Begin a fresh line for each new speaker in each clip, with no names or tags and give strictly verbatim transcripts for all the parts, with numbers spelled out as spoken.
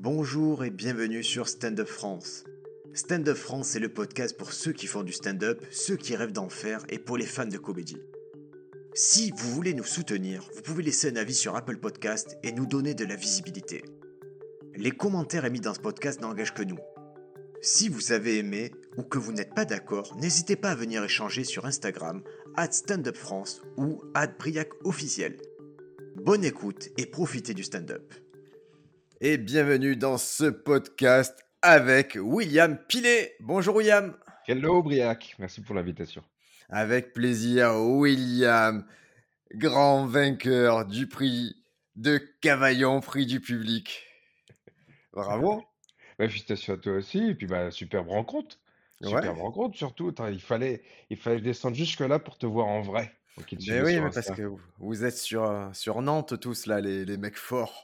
Bonjour et bienvenue sur Stand Up France. Stand Up France, c'est le podcast pour ceux qui font du stand-up, ceux qui rêvent d'en faire et pour les fans de comédie. Si vous voulez nous soutenir, vous pouvez laisser un avis sur Apple Podcast et nous donner de la visibilité. Les commentaires émis dans ce podcast n'engagent que nous. Si vous avez aimé ou que vous n'êtes pas d'accord, n'hésitez pas à venir échanger sur Instagram, arobase standupfrance ou arobase briacofficiel. Bonne écoute et profitez du stand-up. Et bienvenue dans ce podcast avec William Pilet. Bonjour William.
Hello Briac, merci pour l'invitation.
Avec plaisir, William, grand vainqueur du prix de Cavaillon, prix du public. Bravo.
Bah, félicitations à toi aussi, et puis bah, superbe rencontre. Superbe
Ouais.
rencontre surtout. Attends, il fallait, il fallait descendre jusque-là pour te voir en vrai. Donc, il te
Ben
suivait
oui,
sur
mais parce
Insta.
que vous- vous êtes sur, euh, sur Nantes tous là, les, les mecs forts.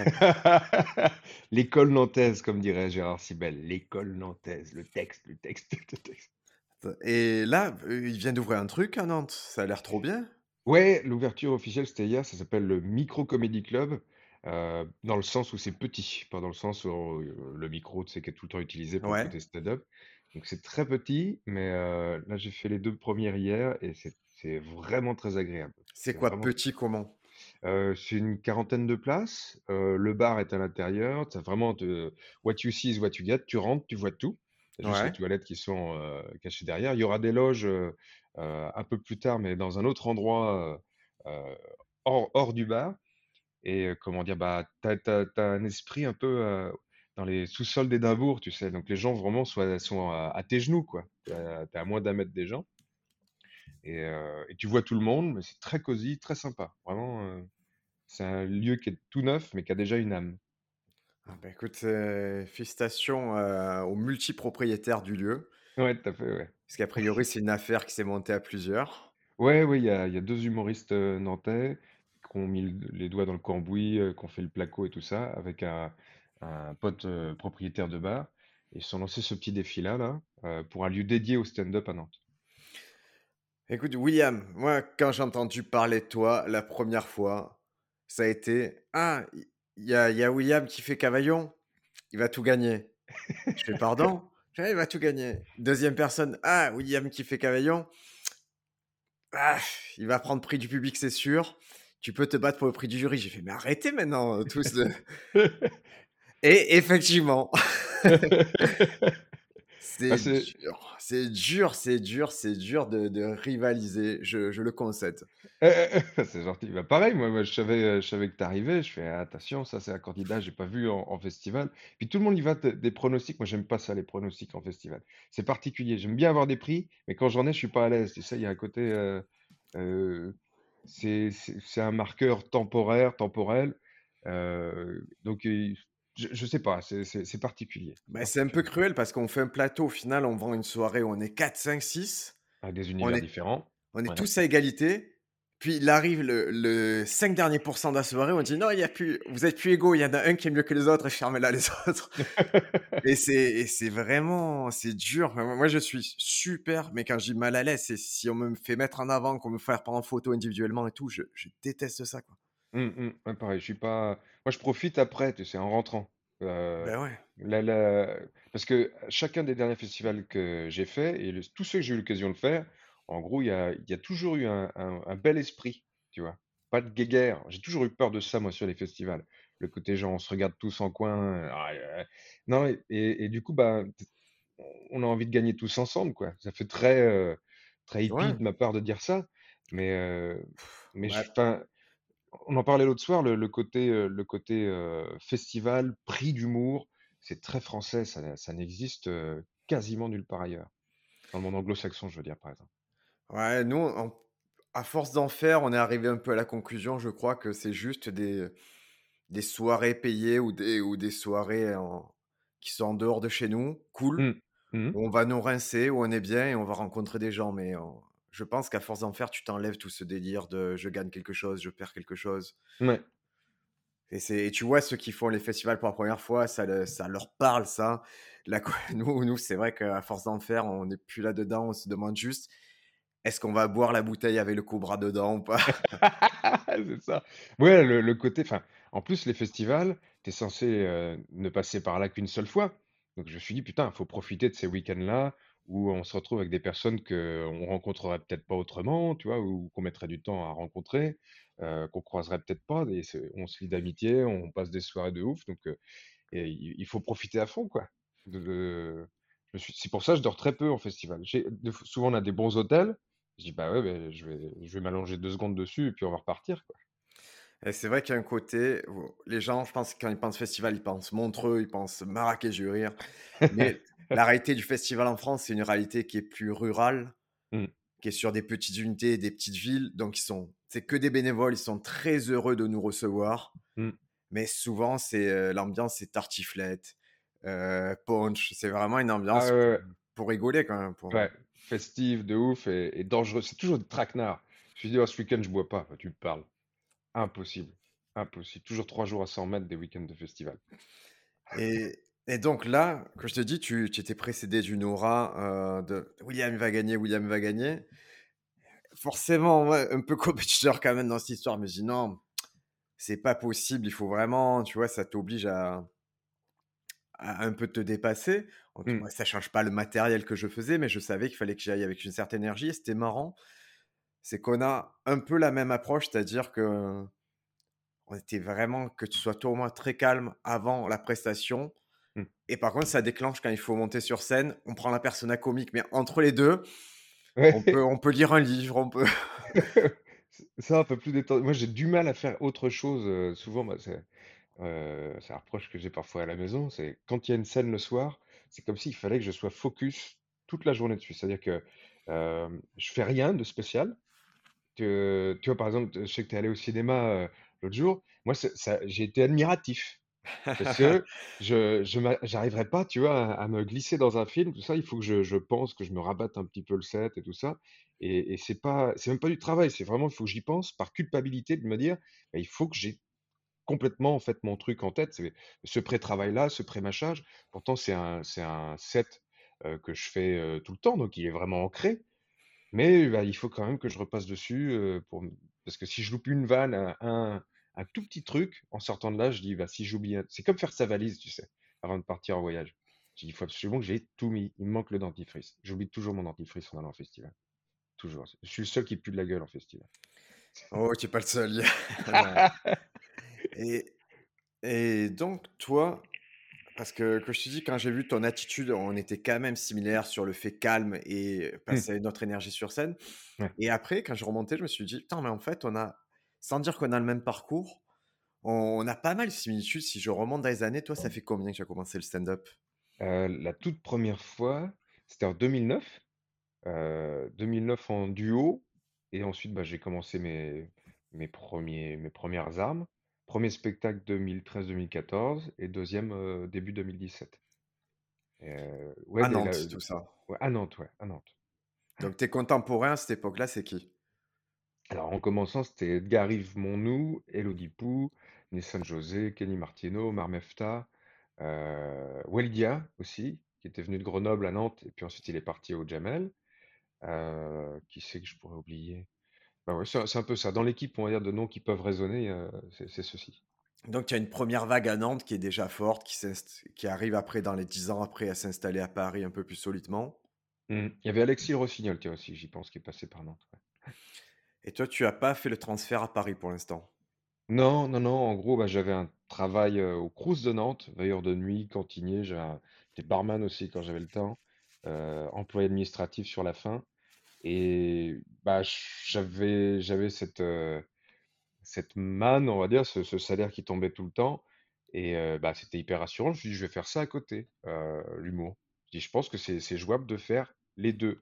L'école nantaise, comme dirait Gérard Sibel. L'école nantaise, le texte, le texte, le texte.
Et là, euh, il vient d'ouvrir un truc à Nantes, ça a l'air trop bien.
Ouais, l'ouverture officielle, c'était hier. Ça s'appelle le Micro Comedy Club. euh, dans le sens où c'est petit, pas dans le sens où euh, le micro, tu sais, qui est tout le temps utilisé pour le
Ouais.
côté stand-up. Donc c'est très petit, mais euh, là j'ai fait les deux premières hier et c'est c'est vraiment très agréable.
C'est
C'est
quoi,
vraiment.
petit comment?
Euh, c'est une quarantaine de places. euh, le bar est à l'intérieur. C'est vraiment de what you see is what you get. Tu rentres, tu vois tout. Il y a juste les
Ouais.
toilettes qui sont euh, cachées derrière. Il y aura des loges euh, euh, un peu plus tard, mais dans un autre endroit euh, euh, hors, hors du bar. Et euh, comment dire, bah, t'as, t'as, t'as un esprit un peu euh, dans les sous-sols d'Édimbourg, tu sais. Donc les gens vraiment sont, sont à, à tes genoux, quoi. T'es à, t'es à moins d'un mètre des gens. Et, euh, et tu vois tout le monde, mais c'est très cosy, très sympa. Vraiment, euh, c'est un lieu qui est tout neuf, mais qui a déjà une âme.
Ah bah écoute, euh, félicitations euh, aux multipropriétaires du lieu,
Ouais, tout à fait, ouais.
parce qu'a priori c'est une affaire qui s'est montée à plusieurs.
Ouais, ouais, il y a, il y a deux humoristes euh, nantais qui ont mis le- les doigts dans le cambouis, euh, qui ont fait le placo et tout ça, avec un, un pote euh, propriétaire de bar. Ils se sont lancés ce petit défi-là, là, euh, pour un lieu dédié au stand-up à Nantes.
Écoute, William, moi, quand j'ai entendu parler de toi la première fois, ça a été: «Ah, il y a, il y a William qui fait Cavaillon, il va tout gagner». Je fais: «Pardon?» Je fais: «Ah, il va tout gagner». Deuxième personne: «Ah, William qui fait Cavaillon, ah, il va prendre prix du public, c'est sûr. Tu peux te battre pour le prix du jury». J'ai fait: «Mais arrêtez maintenant, euh, tous de...» Et effectivement,
Bah,
c'est
c'est
dur, c'est dur, c'est dur, c'est dur de, de rivaliser, je, je le concède.
c'est gentil. Bah, pareil, moi, moi, je savais, euh, je savais que t'arrivais. Je fais attention, ça c'est un candidat, j'ai pas vu en, en festival. Puis tout le monde y va de- des pronostics. Moi, j'aime pas ça, les pronostics en festival. C'est particulier. J'aime bien avoir des prix, mais quand j'en ai, je suis pas à l'aise. Tu sais, il y a un côté, euh, euh, c'est c'est- c'est un marqueur temporaire, temporel. Euh, donc, euh, je, je sais pas, c'est c'est- c'est particulier. C'est
Bah, c'est un peu
particulier.
cruel parce qu'on fait un plateau, au final, on vend une soirée où on est quatre, cinq, six,
Avec des
on
univers
est,
différents.
on est
Ouais.
tous à égalité. Puis il arrive le, le cinq derniers pourcents de la soirée, on dit non, il y a plus, vous êtes plus égaux, il y en a un qui est mieux que les autres, et fermez-la les autres. Et c'est, et c'est vraiment, c'est dur. Moi, moi, je suis super, mais quand je dis mal à l'aise, c'est si on me fait mettre en avant, qu'on me fait prendre en photo individuellement et tout, je, je déteste ça, quoi.
Mmh mh. Ouais, pareil, je suis pas moi, je profite après, tu sais, en rentrant. Heu,
Ben ouais.
la la Parce que chacun des derniers festivals que j'ai fait et le tous ceux que j'ai eu l'occasion de faire, en gros, il y a il y a toujours eu un un un bel esprit, tu vois? Pas de guéguerre. J'ai toujours eu peur de ça, moi, sur les festivals. Le côté genre, on se regarde tous en coin, ah, heu, non et et et du coup, bah, t on a envie de gagner tous ensemble, quoi. Ça fait très, heu, très hippie
Ouais.
de ma part de dire ça, mais heu, mais je
Bah,
enfin on en parlait l'autre soir, le, le côté, euh, le côté euh, festival, prix d'humour, c'est très français, ça, ça n'existe euh, quasiment nulle part ailleurs. Dans le monde anglo-saxon, je veux dire, par exemple.
ouais, nous, on- à force d'en faire, on est arrivé un peu à la conclusion, je crois, que c'est juste des, des soirées payées ou des, ou des soirées en- qui sont en dehors de chez nous, cool,
Hum, hum,
où on va nous rincer, où on est bien et on va rencontrer des gens. Mais on- je pense qu'à force d'en faire, tu t'enlèves tout ce délire de je gagne quelque chose, je perds quelque chose.
ouais.
Et, c'est, et tu vois, ceux qui font les festivals pour la première fois, ça, le- ça leur parle, ça. Là, quoi, nous, nous c'est vrai qu'à force d'en faire, on n'est plus là-dedans, on se demande juste, est-ce qu'on va boire la bouteille avec le cobra dedans ou pas?
C'est ça. Ouais, le, le côté, enfin, en plus, les festivals, tu es censé euh, ne passer par là qu'une seule fois. Donc je me suis dit, putain, il faut profiter de ces week-ends-là où on se retrouve avec des personnes qu'on rencontrerait peut-être pas autrement, tu vois, ou qu'on mettrait du temps à rencontrer, euh, qu'on croiserait peut-être pas, et c'est- on se lie d'amitié, on passe des soirées de ouf, donc euh, et il il faut profiter à fond, quoi. De, de- je me suis... C'est pour ça que je dors très peu en festival. J'ai- de- Souvent, on a des bons hôtels. Je dis, bah ouais, ben, je vais, je vais m'allonger deux secondes dessus et puis on va repartir, quoi.
Et c'est vrai qu'il y a un côté où les gens, je pense, quand ils pensent festival, ils pensent Montreux, ils pensent Marrakech du Rire. Mais la réalité du festival en France, c'est une réalité qui est plus rurale,
Mm,
qui est sur des petites unités, des petites villes. Donc, ils sont, c'est que des bénévoles, ils sont très heureux de nous recevoir.
mm.
Mais souvent, c'est euh, l'ambiance, c'est tartiflette, euh, punch. C'est vraiment une
Ah
ambiance pour,
ouais,
pour rigoler quand même.
ouais,
Pour...
ouais. Festive de ouf et, et dangereux. C'est toujours des traquenards. Je me suis dit, oh, ce week-end, je bois pas. Bah, tu me parles. Impossible. Impossible. Toujours trois jours à cent mètres des week-ends de festival.
Et, et donc là, que je te dis, tu, tu étais précédé d'une aura euh, de William va gagner, William va gagner. Forcément, ouais, un peu compétiteur quand même dans cette histoire, mais je dis non, c'est pas possible, il faut vraiment, tu vois, ça t'oblige à, à un peu te dépasser. En tout-
Mm.
moi, ça change pas le matériel que je faisais, mais je savais qu'il fallait que j'y aille avec une certaine énergie. Et c'était marrant, c'est qu'on a un peu la même approche, c'est-à-dire que on était vraiment, que tu sois toi ou moi, très calme avant la prestation.
Mm.
Et par contre, ça déclenche quand il faut monter sur scène. On prend la persona comique, mais entre les deux, on peut,
Ouais.
on peut lire un livre, on peut.
C'est un peu plus détendu. Moi, j'ai du mal à faire autre chose. euh, souvent, bah, c'est euh, c'est un reproche que j'ai parfois à la maison. C'est quand il y a une scène le soir, c'est comme s'il fallait que je sois focus toute la journée dessus. C'est-à-dire que euh, je fais rien de spécial. Que, tu vois, par exemple, je sais que tu es allé au cinéma euh, l'autre jour. Moi, c'est- ça, j'ai été admiratif. Parce que je, je m'a- j'arriverai pas, tu vois, à, à me glisser dans un film, tout ça. Il faut que je, je pense, que je me rabatte un petit peu le set et tout ça. Et, et c'est pas, c'est même pas du travail. C'est vraiment, il faut que j'y pense par culpabilité de me dire, bah, il faut que j'ai complètement en fait mon truc en tête. C'est ce pré-travail-là, ce pré-machage. Pourtant, c'est un, c'est un set euh, que je fais euh, tout le temps, donc il est vraiment ancré. Mais bah, il faut quand même que je repasse dessus euh, pour... m- parce que si je loupe une vanne, un, un, un tout petit truc, en sortant de là, je dis, bah, si j'oublie, un- c'est comme faire sa valise, tu sais, avant de partir en voyage. Je dis, il faut absolument que j'ai tout mis. Il me manque le dentifrice. J'oublie toujours mon dentifrice en allant au festival. Toujours. Je suis le seul qui pue de la gueule en festival.
Oh, tu es pas le seul. Non. Et, et donc, toi, parce que, que je te dis, quand j'ai vu ton attitude, on était quand même similaires sur le fait calme et
Hmm,
passer à une autre énergie sur scène.
ouais.
Et après, quand je remontais, je me suis dit, putain, mais en fait, on a, sans dire qu'on a le même parcours, on, on a pas mal de similitudes. Si je remonte dans les années, toi, ça fait combien que tu as commencé le stand-up?
Euh, la toute première fois, c'était en deux mille neuf. Euh, deux mille neuf en duo. Et ensuite, bah, j'ai commencé mes, mes premiers, mes premières armes. Premier spectacle deux mille treize-deux mille quatorze et deuxième euh, début deux mille dix-sept. Et, euh, ouais,
À
des- la-
Nantes, tout ça.
ouais, à Nantes, ouais, à Nantes.
Donc, tes contemporains à cette époque-là, c'est qui?
Alors, en commençant, c'était Edgar Yves Monnou, Elodie Pou, Nissan José, Kenny Martino, Marmefta, euh, Welidia aussi, qui était venu de Grenoble à Nantes, et puis ensuite il est parti au Jamel. Euh, qui c'est que je pourrais oublier? Bah ouais, c'est un c'est un peu ça. Dans l'équipe, on va dire, de noms qui peuvent résonner, euh, c'est c'est ceci.
Donc, tu as une première vague à Nantes qui est déjà forte, qui, s'inst- qui arrive après, dans les dix ans après, à s'installer à Paris un peu plus solidement.
Hmm. Il y avait Alexis Rossignol, tiens, aussi, j'y pense, qui est passé par Nantes. Ouais.
Et toi, tu as pas fait le transfert à Paris pour l'instant.
Non, non, non, en gros, bah, j'avais un travail euh, au Crous de Nantes, veilleur de nuit, cantinier, j'avais un- j'étais barman aussi quand j'avais le temps, euh, employé administratif sur la fin. Et bah, j'avais, j'avais cette, euh, cette manne, on va dire, ce, ce salaire qui tombait tout le temps. Et euh, bah, c'était hyper rassurant. Je me suis dit, je vais faire ça à côté, euh, l'humour. Je dis, je pense que c'est c'est jouable de faire les deux.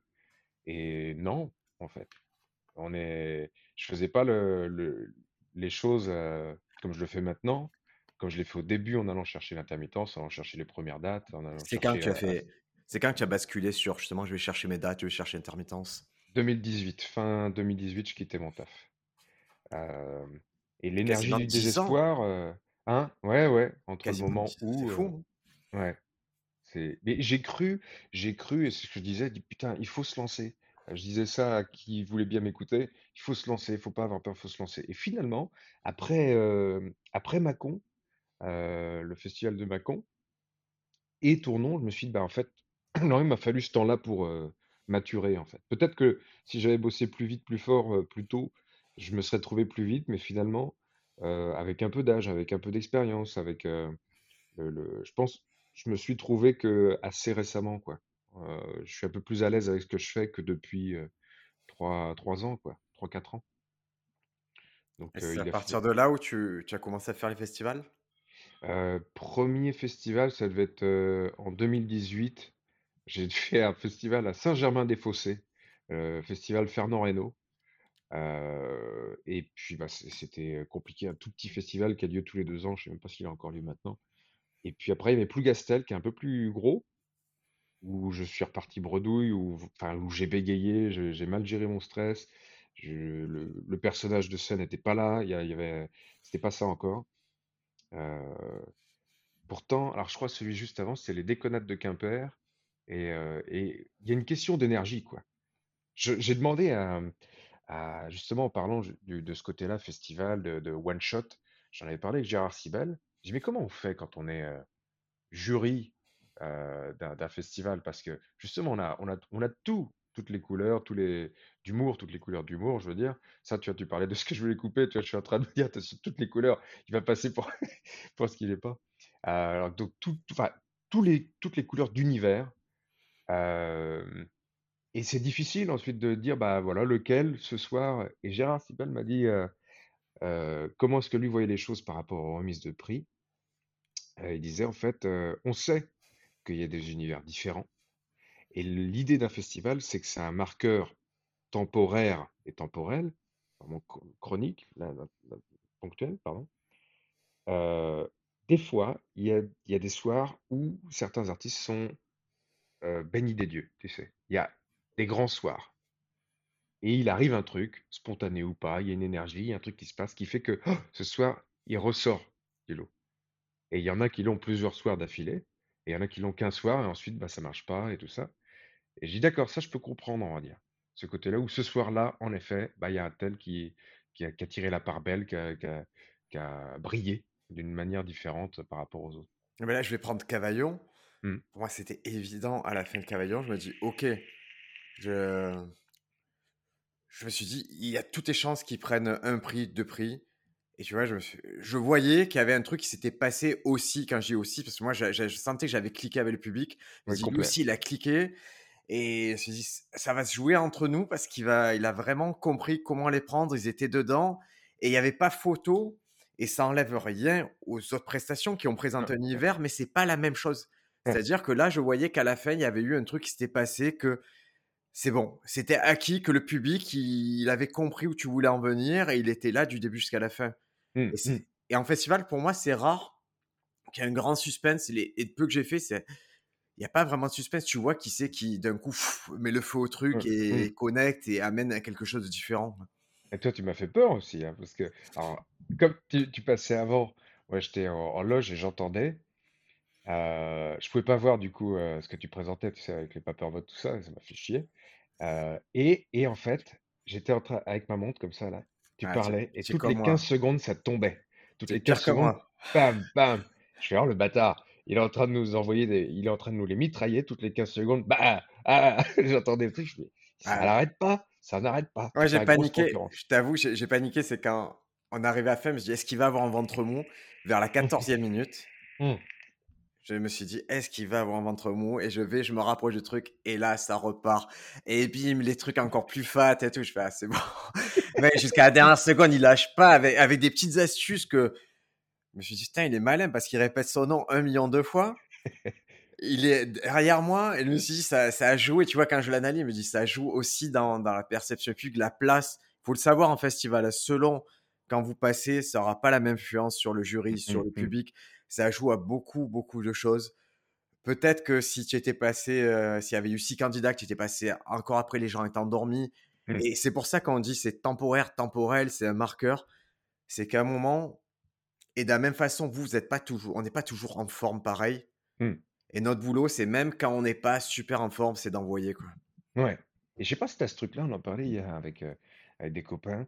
Et non, en fait, on est, je faisais pas le, le- les choses euh, comme je le fais maintenant, comme je l'ai fait au début en allant chercher l'intermittence, en allant chercher les premières dates, en allant
C'est quand que
chercher
tu as
à, à
fait, c'est quand que tu as basculé sur justement, je vais chercher mes dates, je vais chercher intermittence.
deux mille dix-huit, fin deux mille dix-huit, je quittais mon taf. Euh, et
Et
l'énergie
quasiment
du
dix ans.
désespoir, euh, hein, ouais, ouais, entre le
Quasiment
moment
dix, c'est
où,
fou,
euh,
hein.
ouais, c'est, mais j'ai cru, j'ai cru, et c'est ce que je disais, je dis, putain, il faut se lancer. Euh, Je disais ça à qui voulait bien m'écouter, il faut se lancer, il faut pas avoir peur, il faut se lancer. Et finalement, après, euh, après Mâcon, heu, le festival de Mâcon et Tournon, je me suis dit: «Bah, en fait, non, il m'a fallu ce temps-là pour, heu, maturer, en fait». Peut-être que si j'avais bossé plus vite, plus fort, heu, plus tôt, je me serais trouvé plus vite, mais finalement, heu, avec un peu d'âge, avec un peu d'expérience, avec, heu, le le je pense, je me suis trouvé que assez récemment, quoi. Heu, je suis un peu plus à l'aise avec ce que je fais que depuis, heu, trois 3 ans, quoi, trois quatre ans.
Et
Donc, heu,
c'est à
il a
partir
fallu
de là où tu tu as commencé à faire les festivals?
heu, un festival, ça devait être, heu, en deux mille dix-huit. J'ai fait un festival à Saint-Germain-des-Fossés, heu, festival Fernand Reynaud, heu et puis, bah, c'est c'était, compliqué, un tout petit festival qui a lieu tous les deux ans, je sais même pas s'il a encore lieu maintenant et puis après, il y avait Plougastel qui est un peu plus gros, où je suis reparti bredouille, où enfin, où j'ai bégayé, je j'ai mal géré mon stress, je le le personnage de scène n'était pas là, il y a il y avait c'était pas ça encore, heu, pourtant alors je crois celui juste avant, c'était les Déconnades de Quimper et heu et il y a une question d'énergie, quoi. Je j'ai demandé à, mmh, à justement en parlant ju du de ce côté-là, festival, de de one shot, j'en avais parlé avec Gérard Sibel. J'ai dit: «Mais comment on fait quand on est, heu, jury, heu, d'un d'un festival?» parce que justement on a on a on a tout, toutes les couleurs, tous les d'humour, toutes les couleurs d'humour, je veux dire. Ça, tu vois, tu parlais de ce que je voulais couper, tu vois? Je suis en train de me dire: «Tu sur toutes les couleurs, il va passer pour pour ce qu'il est pas». Heu, alors donc tout enfin, tous les toutes les couleurs d'univers, hem et c'est difficile ensuite de dire: «Bah, voilà, lequel ce soir?» et Gérard Sibel m'a dit, heu heu, comment est-ce que lui voyait les choses par rapport aux remises de prix. Heu, il disait: «En fait, heu, on sait qu'il y a des univers différents et l'idée d'un festival, c'est que c'est un marqueur temporaire et temporel, vraiment chro chronique, là là là, ponctuel, pardon». Heu, des fois, il y a il y a des soirs où certains artistes sont, heu, bénis des dieux, tu sais? Il y a des grands soirs. Et il arrive un truc, spontané ou pas, il y a une énergie, il y a un truc qui se passe qui fait que, oh, ce soir, il ressort du lot. Et il y en a qui l'ont plusieurs soirs d'affilée, et il y en a qui l'ont qu'un soir, et ensuite, bah, ça marche pas et tout ça. Et j'ai dit: «D'accord, ça je peux comprendre, on va dire». Ce côté-là où ce soir-là, en effet, bah, il y a un tel qui qui a qui a tiré la part belle, qui a qui a qui a brillé d'une manière différente par rapport aux autres.
Et bah, là, je vais prendre Cavaillon.
Mmh.
Pour moi, c'était évident à la fin de Cavaillon, je me dis: «OK». Je je me suis dit: «Il y a toutes les chances qu'ils prennent un prix, deux prix» et tu vois, je me suis je voyais qu'il y avait un truc qui s'était passé aussi, quand je dis aussi, parce que moi, j'a j'a je sentais que j'avais cliqué avec le public. Je me
Oui,
dis: «Lui
complet.
aussi, il a cliqué» et je me suis dit: «Ça va se jouer entre nous parce qu'il va il a vraiment compris comment les prendre». Ils étaient dedans et il y avait pas photo et ça enlève rien aux autres prestations qui ont
Ouais,
présenté un
ouais,
univers, mais c'est pas la même chose.
ouais.
C'est-à-dire que là, je voyais qu'à la fin, il y avait eu un truc qui s'était passé, que c'est bon, c'était acquis, que le public, il avait compris où tu voulais en venir et il était là du début jusqu'à la fin.
Mmh,
Et
mmh.
c'est et en festival, pour moi, c'est rare qu'il y ait un grand suspense. Les et de peu que j'ai fait, c'est il y a pas vraiment de suspense. Tu vois qui c'est qui, d'un coup, pff, met le feu au truc
Ouais, mmh.
et connecte et amène à quelque chose de différent.
Et toi, tu m'as fait peur aussi, hein, parce que, alors, comme tu, tu passais avant, moi j'étais en, en loge et j'entendais. Euh, je pouvais pas voir du coup euh, ce que tu présentais, tu sais, avec les paperbots, tout ça, ça m'a fait chier. Euh, et, et en fait, j'étais en train, avec ma montre comme ça, là, tu
Ah, tu es
parlais, et
tu es
toutes
comme
les quinze
moi.
secondes, ça tombait. Toutes
Tu es
les quinze
pire que
secondes,
moi.
bam, bam. Je fais, oh le bâtard, il est en train de nous envoyer des. Il est en train de nous les mitrailler toutes les quinze secondes. Bah, ah, j'entendais le truc, je fais, ça
Ah,
n'arrête pas, ça n'arrête pas.
ouais,
C'est
j'ai
la grosse
paniqué.
concurrence.
Je t'avoue, j'ai j'ai paniqué, c'est quand on arrivait à la fin, je me suis dit: «Est-ce qu'il va avoir un ventre mou?» Vers la quatorzième minute.
Hum.
Je me suis dit: «Est-ce qu'il va avoir un ventre mou?» et je vais, je me rapproche du truc et là, ça repart et bim, les trucs encore plus fat et tout. Je fais: «Ah, c'est bon». Mais jusqu'à la dernière seconde, il lâche pas avec avec des petites astuces que je me suis dit: «Putain, il est malin parce qu'il répète son nom un million de fois». Il est derrière moi et je me suis dit: «Ça ça a joué». Tu vois, quand je l'analyse, je me dis: «Ça joue aussi dans dans la perception publique, la place». Faut le savoir en festival, selon quand vous passez, ça aura pas la même influence sur le jury, sur
Hum,
le
hum,
public. Ça joue à beaucoup, beaucoup de choses. Peut-être que si tu étais passé, heu, s'il y avait eu six candidats, que tu étais passé encore après, les gens étaient endormis
hum,
et c'est pour ça qu'on dit c'est temporaire, temporel, c'est un marqueur. C'est qu'à un moment et de la même façon, vous, vous êtes pas toujours on n'est pas toujours en forme pareil
hum.
et notre boulot, c'est même quand on n'est pas super en forme, c'est d'envoyer, quoi.
Ouais. Et je sais pas si tu as ce truc-là, on en parlait hier avec, euh, avec des copains.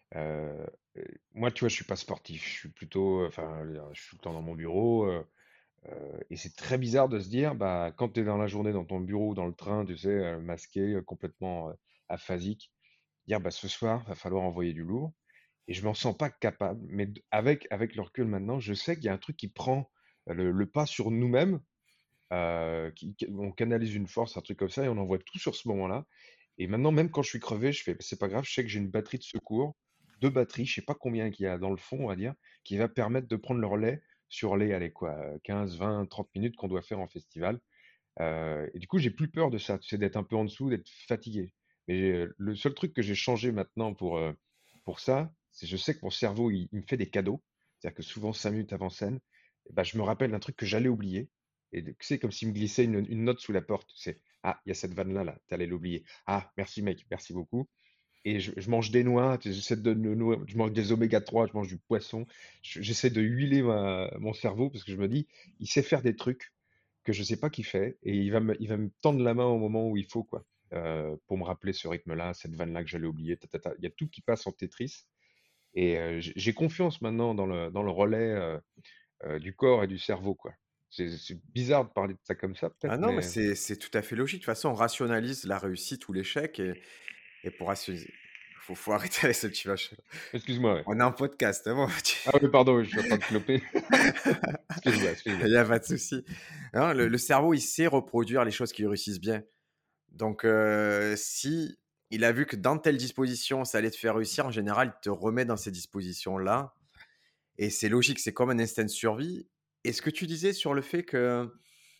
Heu, heu, moi, tu vois, je suis pas sportif. Je suis plutôt, enfin, je suis tout le temps dans mon bureau, heu heu et c'est très bizarre de se dire, bah, quand tu es dans la journée dans ton bureau ou dans le train, tu sais, heu, masqué, heu, complètement, heu, aphasique, dire: «Bah, ce soir, va falloir envoyer du lourd» et je m'en sens pas capable, mais d avec avec le recul maintenant, je sais qu'il y a un truc qui prend le le pas sur nous-mêmes, heu, qui qui on canalise une force, un truc comme ça et on envoie tout sur ce moment-là et maintenant, même quand je suis crevé, je fais: «Bah, c'est pas grave, je sais que j'ai une batterie de secours, deux batteries, je sais pas combien qu'il y a dans le fond, on va dire, qui va permettre de prendre le relais sur les, allez quoi, heu, quinze vingt trente minutes qu'on doit faire en festival». Heu et du coup, j'ai plus peur de ça, tu sais, d'être un peu en dessous, d'être fatigué. Mais, heu, le seul truc que j'ai changé maintenant pour, heu, pour ça, c'est je sais que mon cerveau, il il me fait des cadeaux. C'est-à-dire que souvent cinq minutes avant scène, et bah, je me rappelle d'un truc que j'allais oublier et de tu sais, comme s'il me glissait une une note sous la porte, tu sais: «Ah, il y a cette vanne là, là, tu allais l'oublier. Ah, merci mec, merci beaucoup» et je je mange des noix, tu sais, j'essaie de me nourrir, je mange des oméga trois, je mange du poisson. Je j'essaie de huiler ma mon cerveau parce que je me dis: «Il sait faire des trucs que je sais pas qu'il fait et il va me il va me tendre la main au moment où il faut, quoi, heu, pour me rappeler ce rythme-là, cette vanne-là que j'allais oublier, ta ta ta». Il y a tout qui passe en Tetris et heu, j'ai j'ai confiance maintenant dans le dans le relais, heu heu, du corps et du cerveau, quoi. C'est c'est bizarre de parler de ça comme ça peut-être,
Ah non, mais
mais
c'est c'est tout à fait logique. De toute façon, on rationalise la réussite ou l'échec et et pour rationaliser faut faut arrêter avec ce petit vache.
excuse-moi, ouais.
On est en podcast, hein, bon, tu
Ah oui, pardon, oui, je suis en train de cloper. Excuse-moi, excuse-moi.
il y a pas de souci. Non, le le cerveau, il sait reproduire les choses qui lui réussissent bien. Donc, heu, si il a vu que dans telle disposition, ça allait te faire réussir, en général, il te remet dans ces dispositions-là et c'est logique, c'est comme un instinct de survie et ce que tu disais sur le fait que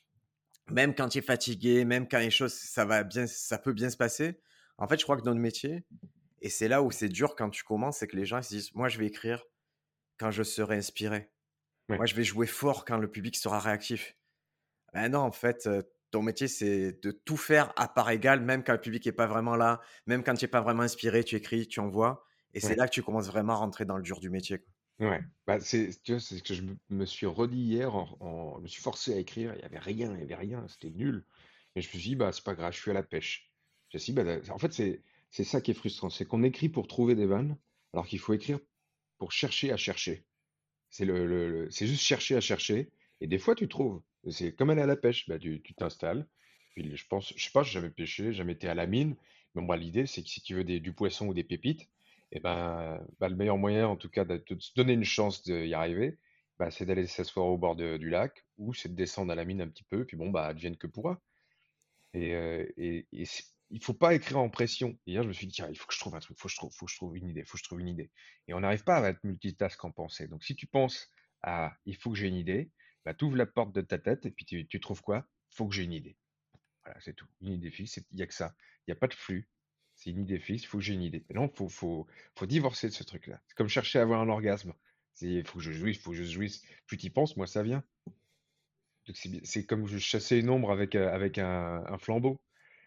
même quand tu es fatigué, même quand les choses ça va bien ça peut bien se passer, en fait, je crois que dans notre métier et c'est là où c'est dur quand tu commences, c'est que les gens ils se disent: «Moi, je vais écrire quand je serai inspiré.
Ouais,
Moi, je vais jouer fort quand le public sera réactif». Ah non, en fait, heu, ton métier, c'est de tout faire à part égale, même quand le public est pas vraiment là, même quand tu es pas vraiment inspiré, tu écris, tu envoies et c'est
ouais.
là que tu commences vraiment à rentrer dans le dur du métier, quoi.
Ouais, bah, c'est tu vois, c'est ce que je me me suis redit hier en en je me suis forcé à écrire, il y avait rien, il y avait rien, c'était nul. Et je me suis dit: «Bah, c'est pas grave, je suis à la pêche». J'ai dit: «Bah, da» en fait, c'est c'est ça qui est frustrant, c'est qu'on écrit pour trouver des vannes, alors qu'il faut écrire pour chercher à chercher. C'est le le le c'est juste chercher à chercher et des fois tu trouves. C'est comme aller à la pêche, bah, tu tu t'installes, puis je pense je sais pas, j'ai jamais pêché, jamais été à la mine, mais moi l'idée c'est que si tu veux des du poisson ou des pépites et ben, bah, le meilleur moyen en tout cas de de se donner une chance d'y arriver, bah, c'est d'aller s'asseoir au bord de du lac ou c'est de descendre à la mine un petit peu, puis bon, bah, advienne que pourra. Et, heu et et c il faut pas écrire en pression. Hier, je me suis dit: «Tiens, il faut que je trouve un truc, faut que je trouve faut que je trouve une idée, faut que je trouve une idée» et on n'arrive pas à être multitâche en pensée. Donc si tu penses à: «Il faut que j'ai une idée», bah, tu ouvres la porte de ta tête et puis tu tu trouves quoi? «Faut que j'ai une idée». Voilà, c'est tout. Une idée fixe, il y a que ça. Il y a pas de flux. C'est une idée fixe, il faut que j'ai une idée. Mais non, faut faut faut divorcer de ce truc-là. C'est comme chercher à avoir un orgasme. C'est: «Il faut que je jouisse, il faut que je jouisse». Plus tu y penses, moins ça vient. Donc c'est bi c'est comme je chassais une ombre avec, heu, avec un un flambeau.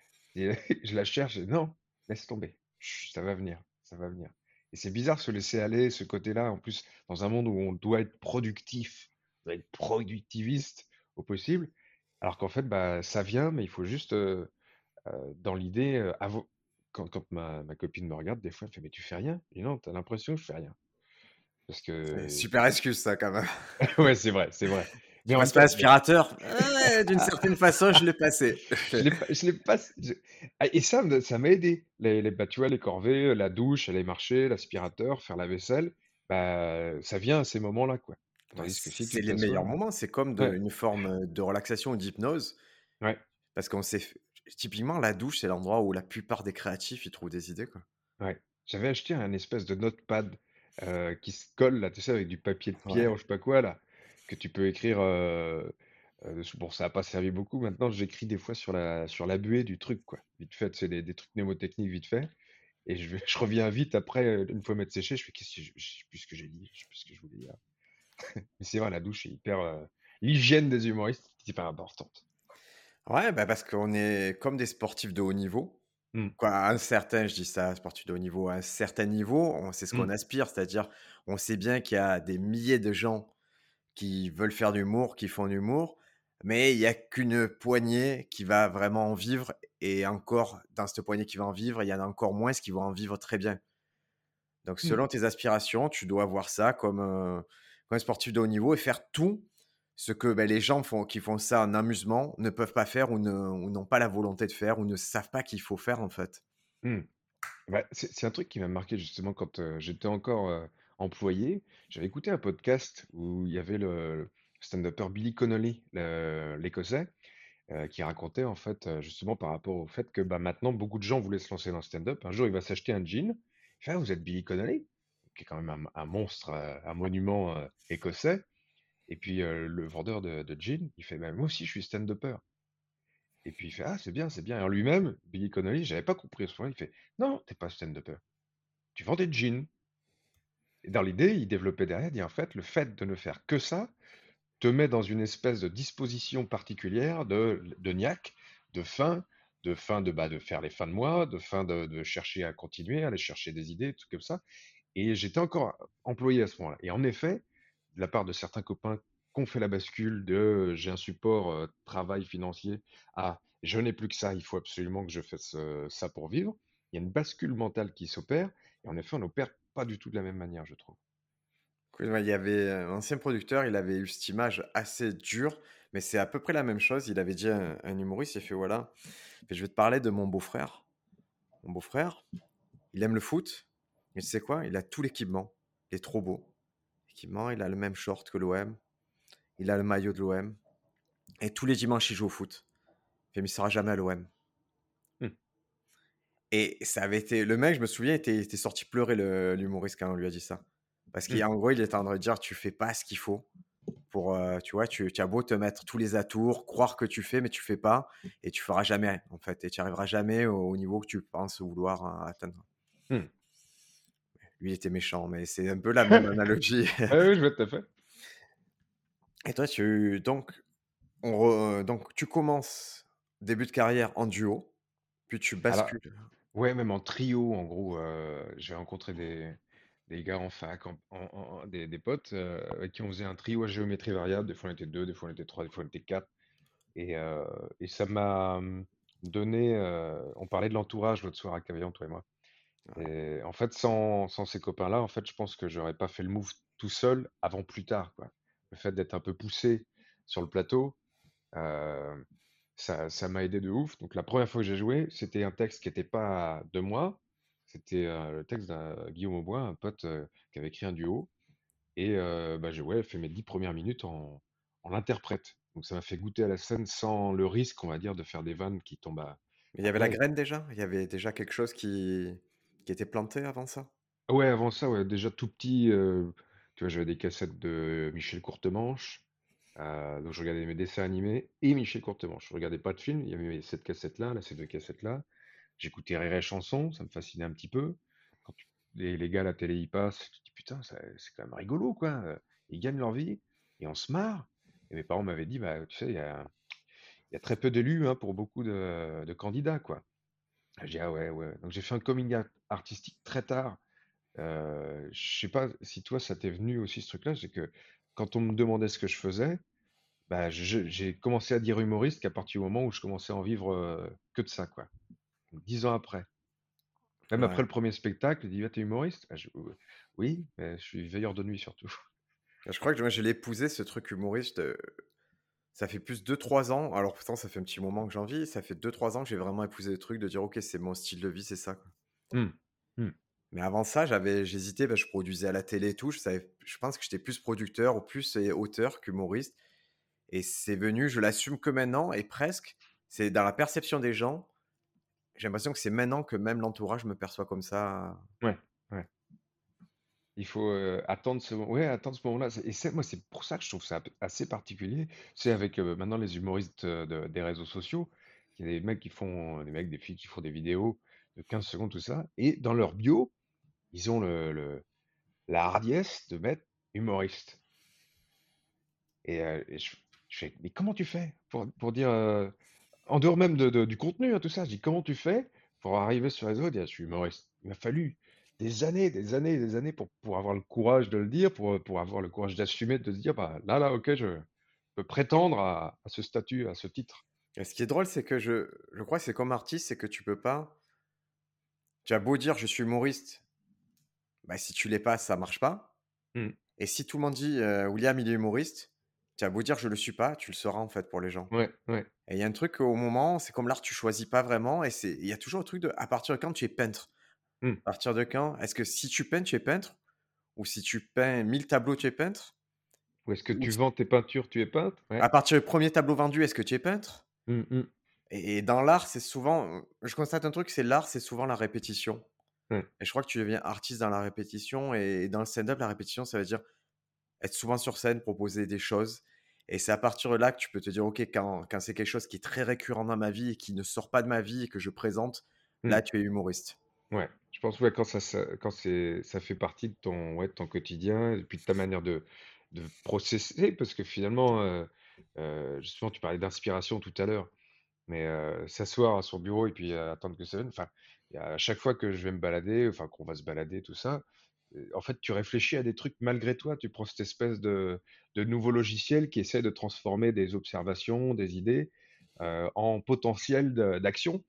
Et je la cherche et non, laisse tomber. Chut, ça va venir, ça va venir. Et c'est bizarre se laisser aller, ce côté-là, en plus, dans un monde où on doit être productif, on doit être productiviste au possible, alors qu'en fait, bah, ça vient, mais il faut juste, euh, euh, dans l'idée, euh, avo- quand, quand ma, ma copine me regarde, des fois, elle fait, mais tu fais rien? Et non, t'as l'impression que je fais rien. Parce
C'est
que,
super excuse ça quand même.
ouais, c'est vrai, c'est vrai.
Tu
Mais en même
passes pas
temps, bon,
l'aspirateur? Ouais, d'une certaine façon, je l'ai passé.
Je l'ai pas je l'ai pas je ah et ça me ça m'a aidé. Les les bah, tu vois, les corvées, la douche, aller marcher, l'aspirateur, faire la vaisselle, bah, ça vient à ces moments-là, quoi.
Bah,
Tandis que si
c'est
tu
les meilleurs
t'assois
moments, c'est comme de
ouais,
une forme, de relaxation ou d'hypnose
ouais,
parce qu'on sait f typiquement la douche, c'est l'endroit où la plupart des créatifs, ils trouvent des idées, quoi.
ouais. J'avais acheté un espèce de notepad, heu, qui se colle là, tu sais, avec du papier de
Ouais.
pierre ou je sais pas quoi là, que tu peux écrire, heu heu, dessus. Bon, ça a pas servi beaucoup. Maintenant, j'écris des fois sur la sur la buée du truc, quoi. Vite fait, c'est des des trucs mnémotechniques vite fait. Et je, vais- je reviens vite après, euh, une fois m'être séché, je fais qu'est-ce que je, je sais plus ce que j'ai dit, je sais plus ce que je voulais dire. Mais c'est vrai, la douche est hyper. euh, L'hygiène des humoristes est hyper importante.
Ouais, bah, parce qu'on est comme des sportifs de haut niveau.
Hmm,
Quoi, à un certain, je dis ça, sportif de haut niveau, à un certain niveau, on c'est ce qu'on
hmm,
aspire, c'est-à-dire, on sait bien qu'il y a des milliers de gens qui veulent faire de l'humour, qui font de l'humour, mais il y a qu'une poignée qui va vraiment en vivre et encore, dans cette poignée qui va en vivre, il y en a encore moins qui vont en vivre très bien. Donc
Mmh.
selon tes aspirations, tu dois voir ça comme, heu, comme un sportif de haut niveau et faire tout ce que, bah, les gens font qui font ça en amusement ne peuvent pas faire ou ne ou n'ont pas la volonté de faire ou ne savent pas qu'il faut faire, en fait.
Mmh. Bah, c'est c'est un truc qui m'a marqué justement quand, heu, j'étais encore, heu, employé. J'avais écouté un podcast où il y avait le stand-upper Billy Connolly, le l'Écossais, heu, qui racontait en fait, heu, justement par rapport au fait que, bah, maintenant beaucoup de gens voulaient se lancer dans le stand-up. Un jour, il va s'acheter un jean. Il fait: «Ah, vous êtes Billy Connolly?» Qui est quand même un un monstre, heu, un monument, heu, écossais. Et puis, heu, le vendeur de de jeans, il fait: «Bah, moi aussi je suis stand-upper». Et puis il fait: «Ah, c'est bien, c'est bien». Alors lui-même, Billy Connolly, j'avais pas compris à ce moment-là, il fait: «Non, t'es pas stand-upper, tu vends des jeans». Et dans l'idée, il développait derrière, il dit: «En fait, le fait de ne faire que ça te met dans une espèce de disposition particulière de de niaque, de faim, de faim de, bah, de faire les fins de mois, de faim de de chercher à continuer, aller chercher des idées, des trucs comme ça». Et j'étais encore employé à ce moment-là. Et en effet, de la part de certains copains qui ont fait la bascule de euh, j'ai un support euh, travail financier à je n'ai plus que ça, il faut absolument que je fasse euh, ça pour vivre. Il y a une bascule mentale qui s'opère. Et en effet, on n'opère pas du tout de la même manière, je trouve.
Oui, ouais, il y avait un ancien producteur, il avait eu cette image assez dure, mais c'est à peu près la même chose. Il avait dit à un, un humoriste, il fait voilà, il fait, je vais te parler de mon beau-frère. Mon beau-frère, il aime le foot, mais tu sais quoi? Il a tout l'équipement. Il est trop beau. L'équipement, il a le même short que l'O M, il a le maillot de l'O M, et tous les dimanches, il joue au foot. Il fait, mais il sera jamais à l'O M.
Hmm.
Et ça avait été. Le mec, je me souviens, était, était sorti pleurer, le- l'humoriste, quand on lui a dit ça. Parce
Hmm.
qu'en gros, il était en train de dire, tu fais pas ce qu'il faut. Pour, heu, tu vois, tu tu as beau te mettre tous les atours, croire que tu fais, mais tu fais pas et tu feras jamais, en fait, et tu arriveras jamais au au niveau que tu penses vouloir, heu, atteindre.
Hmm.
Lui, il était méchant, mais c'est un peu la même analogie.
Ouais, ouais, je vois tout à fait.
Et toi, tu donc on re donc tu commences début de carrière en duo, puis tu
Alors,
bascules.
ouais, même en trio, en gros, euh, j'ai rencontré des, des gars en fac, en, en- en- des, des potes euh, avec qui on faisait un trio à géométrie variable. Des fois on était deux, des fois on était trois, des fois on était quatre. Et, euh, et ça m'a hum, donné. Euh, on parlait de l'entourage l'autre soir à Cavaillon, toi et moi. Et en fait, sans, sans ces copains-là, en fait, je pense que j'aurais pas fait le move tout seul avant plus tard, quoi. Le fait d'être un peu poussé sur le plateau, euh, ça, ça m'a aidé de ouf. Donc la première fois que j'ai joué, c'était un texte qui n'était pas de moi. C'était euh, le texte d'un Guillaume Aubois, un pote euh, qui avait écrit un duo. Et euh, bah, j'ai ouais, fait mes dix premières minutes en, en interprète. Donc ça m'a fait goûter à la scène sans le risque, on va dire, de faire des vannes qui tombent à,
Mais il y
à
avait la
plat.
graine déjà? Il y avait déjà quelque chose qui qui était planté avant ça?
Ouais, avant ça, ouais, déjà tout petit, euh, tu vois, j'avais des cassettes de Michel Courtemanche, euh, donc je regardais mes dessins animés et Michel Courtemanche. Je regardais pas de film, il y avait cette cassette-là, là, ces deux cassettes-là. J'écoutais Rire et Chanson, ça me fascinait un petit peu. Quand tu- les, les gars à la télé y passent, tu te dis putain, ça- c'est quand même rigolo, quoi. euh, Ils gagnent leur vie et on se marre. Et mes parents m'avaient dit, bah, tu sais, il y a, il y a très peu d'élus hein, pour beaucoup de, de candidats, quoi. J'ai dit, ah ouais, ouais. Donc j'ai fait un coming out artistique très tard. Euh, je sais pas si toi, ça t'est venu aussi ce truc-là, c'est que quand on me demandait ce que je faisais, bah, je- j'ai commencé à dire humoriste qu'à partir du moment où je commençais à en vivre euh, que de ça, quoi. Donc, dix ans après. Même
Ouais.
après le premier spectacle, il dit: «Ah, tu humoriste?» Ah, je «Heu, oui, mais je suis veilleur de nuit surtout».
Je crois que moi, je l'ai épousé, ce truc humoriste, heu, ça fait plus deux trois ans, alors pourtant ça fait un petit moment que j'en vis, ça fait deux trois ans que j'ai vraiment épousé le truc de dire: «OK, c'est mon style de vie, c'est ça, quoi».
Mmh. Mmh.
Mais avant ça, j'avais j'hésitais, bah, je produisais à la télé et tout, je savais je pense que j'étais plus producteur ou plus, heu, auteur qu'humoriste et c'est venu, je l'assume que maintenant et presque, c'est dans la perception des gens, j'ai l'impression que c'est maintenant que même l'entourage me perçoit comme ça.
Ouais, ouais. Il faut, heu, attendre ce ouais, attendre ce moment-là. C'est et c'est moi, c'est pour ça que je trouve ça p assez particulier. C'est avec, heu, maintenant les humoristes, heu, de des réseaux sociaux, il y a des mecs qui font des mecs, des filles qui font des vidéos de quinze secondes, tout ça et dans leur bio, ils ont le le la hardiesse de mettre humoriste et heu et je je fais: «Mais comment tu fais pour pour dire, heu» En dehors même de de du contenu, hein, tout ça, je dis: «Comment tu fais pour arriver sur les réseaux et dire: "Je suis humoriste"?» Il m'a fallu des années, des années, des années pour pour avoir le courage de le dire, pour, heu, pour avoir le courage d'assumer, de se dire: «Bah, là, là, OK, je peux prétendre à à ce statut, à ce titre».
Et ce qui est drôle, c'est que je je crois que c'est comme artiste, c'est que tu peux pas tu as beau dire: «Je suis humoriste», bah, si tu l'es pas, ça marche pas.
Mmh.
Et si tout le monde dit, heu: «William, il est humoriste», tu as beau dire: «Je le suis pas», tu le seras, en fait, pour les gens.
Ouais, ouais.
Et il y a un truc au moment, c'est comme l'art, tu choisis pas vraiment et c'est il y a toujours le truc de à partir de quand tu es peintre?
Mmh.
À partir de quand? Est-ce que si tu peins, tu es peintre? Ou si tu peins mille tableaux, tu es peintre?
Ou est-ce que
Ou
tu
s
vends tes peintures, tu es peintre? Ouais.
à partir du premier tableau vendu, est-ce que tu es peintre?
Mmh mh.
Et et dans l'art, c'est souvent, je constate un truc, c'est l'art, c'est souvent la répétition.
Ouais.
Et je crois que tu deviens artiste dans la répétition et dans le stand-up, la répétition, ça veut dire être souvent sur scène, proposer des choses et c'est à partir de là que tu peux te dire: «OK, quand quand c'est quelque chose qui est très récurrent dans ma vie et qui ne sort pas de ma vie et que je présente,
Mmh.
là, tu es humoriste».
Ouais. Je pense, ouais, quand ça ça quand c'est ça fait partie de ton ouais, de ton quotidien et puis de ta manière de de processer parce que finalement, heu heu, justement, tu parlais d'inspiration tout à l'heure, mais heu, s'asseoir à son bureau et puis, heu, attendre que ça vienne, enfin, il y a à chaque fois que je vais me balader, enfin, qu'on va se balader, tout ça, heu, en fait, tu réfléchis à des trucs malgré toi. Tu prends cette espèce de de nouveau logiciel qui essaie de transformer des observations, des idées, heu, en potentiel de d'action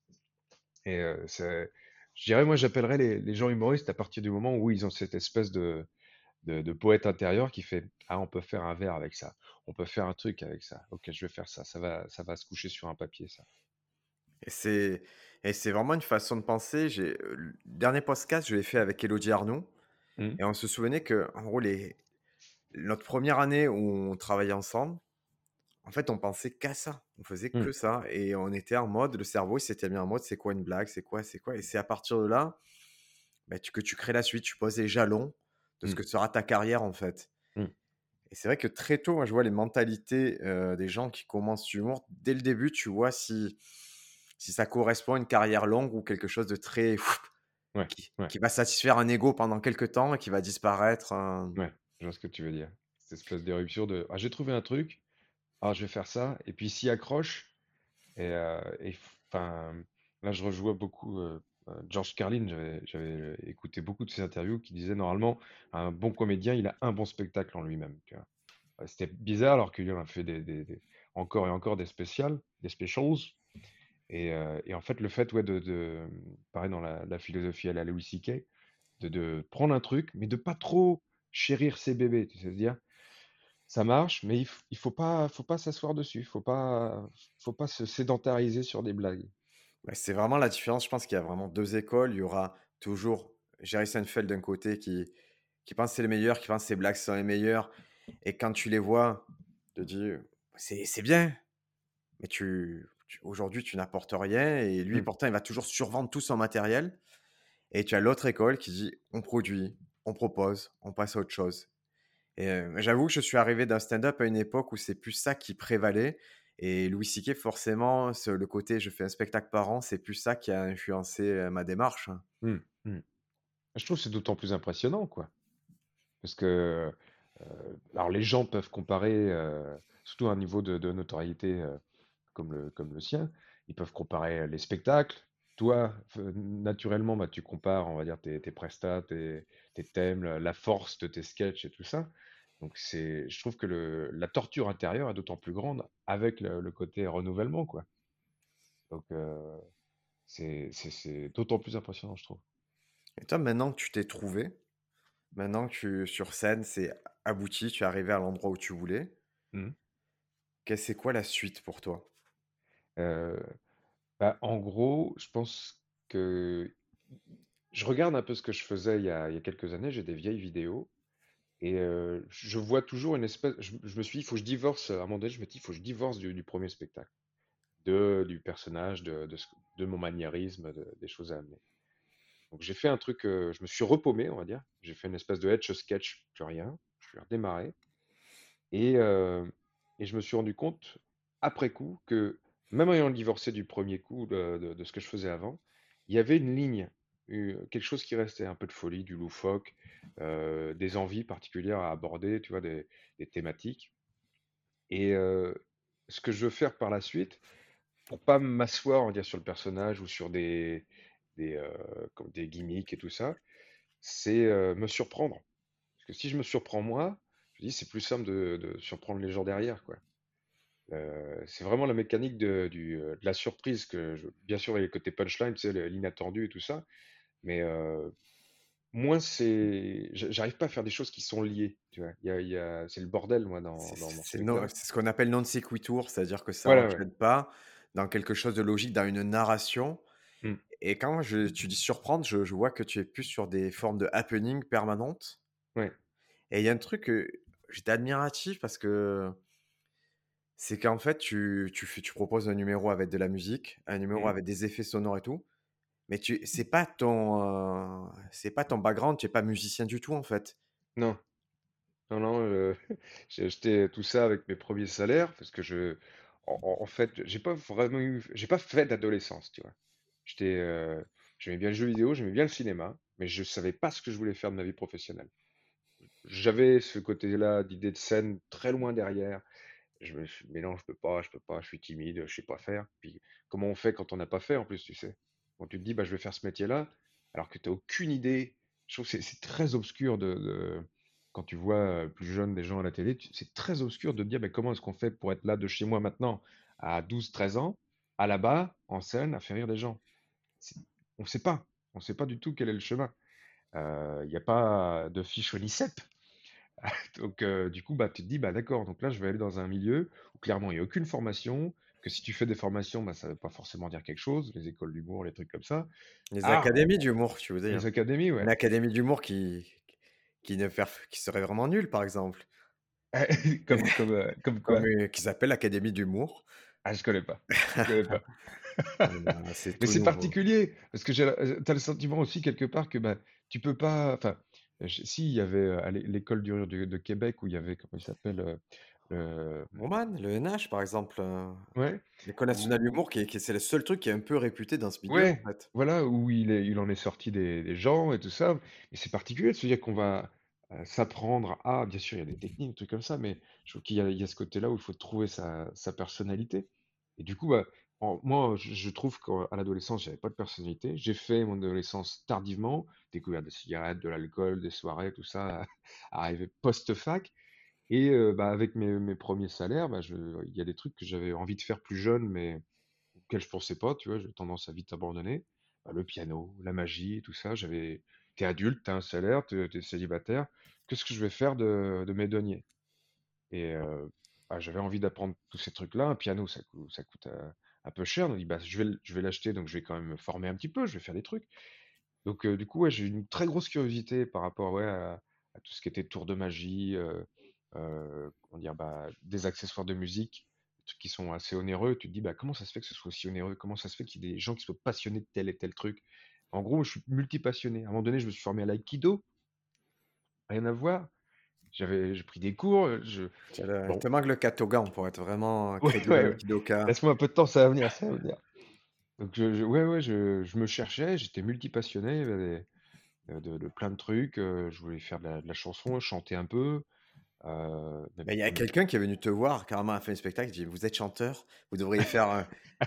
et heu, c'est je dirais, moi, j'appellerais les les gens humoristes à partir du moment où ils ont cette espèce de de de poète intérieur qui fait: «Ah, on peut faire un vers avec ça. On peut faire un truc avec ça. OK, je vais faire ça. Ça va ça va se coucher sur un papier, ça».
Et c'est et c'est vraiment une façon de penser. J'ai, heu, le dernier podcast, je l'ai fait avec Élodie Arnould
Mmh.
et on se souvenait qu'en gros, les notre première année où on travaillait ensemble, en fait, on pensait qu'à ça. On faisait
Mmh.
que ça et on était en mode le cerveau, il s'était mis en mode: «C'est quoi une blague? C'est quoi? C'est quoi?» et c'est à partir de là, bah, tu que tu crées la suite. Tu poses les jalons de ce
Mmh.
que sera ta carrière, en fait.
Mmh.
Et c'est vrai que très tôt, moi, je vois les mentalités, heu, des gens qui commencent l'humour. Dès le début, tu vois si si ça correspond à une carrière longue ou quelque chose de très
Ouais,
qui
ouais,
qui va satisfaire un ego pendant quelque temps et qui va disparaître, heu
ouais, je vois ce que tu veux dire. Cette espèce d'éruption de: «Ah, j'ai trouvé un truc. Ah, je vais faire ça» et puis il s'y accroche et heu et enfin, là, je rejoins beaucoup, heu heu, George Carlin. J'avais j'avais écouté beaucoup de ses interviews qui disaient normalement, un bon comédien, il a un bon spectacle en lui-même, tu vois? Heu, c'était bizarre alors qu'il en a fait des des des encore et encore des spécials, des specials et heu et en fait, le fait, ouais, de de, mmh, pareil dans la la philosophie à la Louis C K, de de prendre un truc, mais de pas trop chérir ses bébés, tu sais? Se dire: «Ça marche, mais il f il faut pas faut pas s'asseoir dessus, faut pas faut pas se sédentariser sur des blagues».
Ouais, c'est vraiment la différence. Je pense qu'il y a vraiment deux écoles. Il y aura toujours Jerry Seinfeld d'un côté qui qui pense que c'est le meilleur, qui pense que ses blagues sont les meilleures et quand tu les vois, te dis: «C'est c'est bien, mais tu tu aujourd'hui, tu n'apportes rien» et lui,
Mmh.
pourtant, il va toujours survendre tout son matériel et tu as l'autre école qui dit: «On produit, on propose, on passe à autre chose». Et heu, j'avoue que je suis arrivé d'un stand-up à une époque où c'est plus ça qui prévalait et Louis C K forcément ce le côté je fais un spectacle par an, c'est plus ça qui a influencé, heu, ma démarche, hein.
Mmh. Mmh. Je trouve que c'est d'autant plus impressionnant, quoi, parce que, heu, alors les gens peuvent comparer, heu, surtout à un niveau de de notoriété, heu, comme le comme le sien, ils peuvent comparer, les spectacles. Toi, f naturellement, bah, tu compares, on va dire, tes tes prestats, tes tes thèmes, la la force de tes sketchs et tout ça. Donc c'est je trouve que le la torture intérieure est d'autant plus grande avec le le côté renouvellement, quoi. Donc heu, c'est c'est c'est d'autant plus impressionnant, je trouve.
Et toi, maintenant que tu t'es trouvé, maintenant que tu sur scène, c'est abouti, tu es arrivé à l'endroit où tu voulais,
Mmh.
qu'est c'est quoi la suite pour toi?
Heu, bah, en gros, je pense que je regarde un peu ce que je faisais il y a il y a quelques années, j'ai des vieilles vidéos. Et heu, je vois toujours une espèce je je me suis dit: «Il faut que je divorce», à un moment donné, je me dis: «Il faut que je divorce du du premier spectacle, de du personnage, de de ce de mon maniérisme, de des choses à amener». Donc j'ai fait un truc, heu, je me suis repaumé, on va dire. J'ai fait une espèce de etch a sketch, plus rien. Je suis redémarré et heu et je me suis rendu compte, après coup, que même en ayant divorcé du premier coup de de de ce que je faisais avant, il y avait une ligne, u quelque chose qui restait, un peu de folie, du loufoque, heu, des envies particulières à aborder, tu vois? Des des thématiques et heu, ce que je veux faire par la suite, pour pas m'asseoir, on va dire, sur le personnage ou sur des des, heu, comme des gimmicks et tout ça, c'est, heu, me surprendre. Parce que si je me surprends moi, je me dis: «C'est plus simple de de surprendre les gens derrière, quoi». Heu, c'est vraiment la mécanique de du, heu, de la surprise que je bien sûr, il y a le côté punchline, tu sais, le l'inattendu et tout ça, mais heu moins c'est j'a j'arrive pas à faire des choses qui sont liées, tu vois? Il y a il y a c'est le bordel, moi, dans
C'est
dans mon
c'est non
spectacle.
c'est ce qu'on appelle non sequitur, c'est-à-dire que ça
Voilà, ouais.
enchaîne pas dans quelque chose de logique, dans une narration.
Mmh.
Et quand je tu dis surprendre, je je vois que tu es plus sur des formes de happening permanentes.
Ouais.
Et il y a un truc, heu, j'étais admiratif parce que c'est qu'en fait, tu tu fais tu proposes un numéro avec de la musique, un numéro
Mmh.
avec des effets sonores et tout, mais tu c'est pas ton, heu, c'est pas ton background, tu es pas musicien du tout, en fait.
Non, non, non, heu, j'ai acheté tout ça avec mes premiers salaires parce que je en en en fait, j'ai pas vraiment eu j'ai pas fait d'adolescence, tu vois? J'étais, heu, j'aimais bien le jeu vidéo, j'aimais bien le cinéma, mais je savais pas ce que je voulais faire de ma vie professionnelle. J'avais ce côté-là d'idée de scène très loin derrière. Je me suis mais non, je peux pas, je peux pas, je suis timide, je sais pas faire. Puis comment on fait quand on n'a pas fait en plus, tu sais? Quand tu te dis: «Bah, je vais faire ce métier-là», alors que tu as aucune idée. Je trouve que c'est c'est très obscur de de quand tu vois, heu, plus jeune des gens à la télé, tu c'est très obscur de te dire: «Beh, comment est-ce qu'on fait pour être là de chez moi maintenant à douze treize ans, à là-bas, en scène, à faire rire des gens?» C'est on sait pas, on sait pas du tout quel est le chemin. Heu, il y a pas de fiche ONICEP. Donc, heu, du coup, bah, tu te dis: «Bah, d'accord, donc là, je vais aller dans un milieu où clairement il y a aucune formation, que si tu fais des formations, bah, ça veut pas forcément dire quelque chose», les écoles d'humour, les trucs comme ça.
Les
Ah, on
académies d'humour, tu veux dire?
les académies,
Une
ouais.
académie d'humour qui qui ne faire qui serait vraiment nulle, par exemple.
Comme comme, heu, comme
Comme,
quoi?
heu, qui s'appelle l'académie d'humour.
Ah, je connais pas, je connais pas.
On a c'est
Mais
tout
c'est
nouveau.
particulier parce que j'ai la heu, tu as le sentiment aussi quelque part que, bah, tu peux pas enfin, j si, il y avait, heu, à l'é l'école du rire de de Québec où il y avait, comment il s'appelle, heu, le
Roman, le N H, par exemple, heu,
ouais,
l'École
où
nationale d'humour qui est qui est c'est le seul truc qui est un peu réputé dans ce milieu, en
ouais,
fait.
voilà, où il est il en est sorti des des gens et tout ça. Et c'est particulier de se dire qu'on va, heu, s'apprendre à bien sûr, il y a des techniques, des trucs comme ça, mais je trouve qu'il y a il y a ce côté-là où il faut trouver sa sa personnalité. Et du coup, bah, en moi, je je trouve qu'à l'adolescence, j'avais pas de personnalité. J'ai fait mon adolescence tardivement, découvert des cigarettes, de l'alcool, des soirées, tout ça, arrivé post-fac. Et heu, bah, avec mes mes premiers salaires, bah, je il y a des trucs que j'avais envie de faire plus jeune, mais auquel je pensais pas, tu vois? J'ai tendance à vite abandonner. Bah, le piano, la magie, tout ça, j'avais tu adulte, t'as un salaire, tu es célibataire, qu'est-ce que je vais faire de de mes deniers? Et heu, bah, j'avais envie d'apprendre tous ces trucs-là. Un piano, ça coûte ça coûte, heu, un peu cher, donc je dis: «Bah, je vais l je vais l'acheter, donc je vais quand même me former un petit peu, je vais faire des trucs». Donc heu, du coup, ouais, j'ai eu une très grosse curiosité par rapport, ouais, à à tout ce qui était tour de magie, heu heu, comment dire? Bah, des accessoires de musique, des trucs qui sont assez onéreux. Tu te dis: «Bah, comment ça se fait que ce soit aussi onéreux? Comment ça se fait qu'il y ait des gens qui soient passionnés de tel et tel truc?» En gros, je suis multipassionné. À un moment donné, je me suis formé à l'aïkido, rien à voir. J'avais j'ai pris des cours, heu, je
Tu as le il
bon,
te manque le katogan pour être vraiment
ouais,
crédible
ouais,
à
ouais.
l'aïkidoka.
Laisse-moi un peu de temps, ça va venir, ça va venir. Donc je je ouais, ouais, je je me cherchais, j'étais multipassionné, il y avait des heu, de de plein de trucs, heu, je voulais faire de la de la chanson, chanter un peu, heu, même
Mais il y a
même
quelqu'un qui est venu te voir carrément à la fin du spectacle, il dit: «Vous êtes chanteur, vous devriez faire, heu»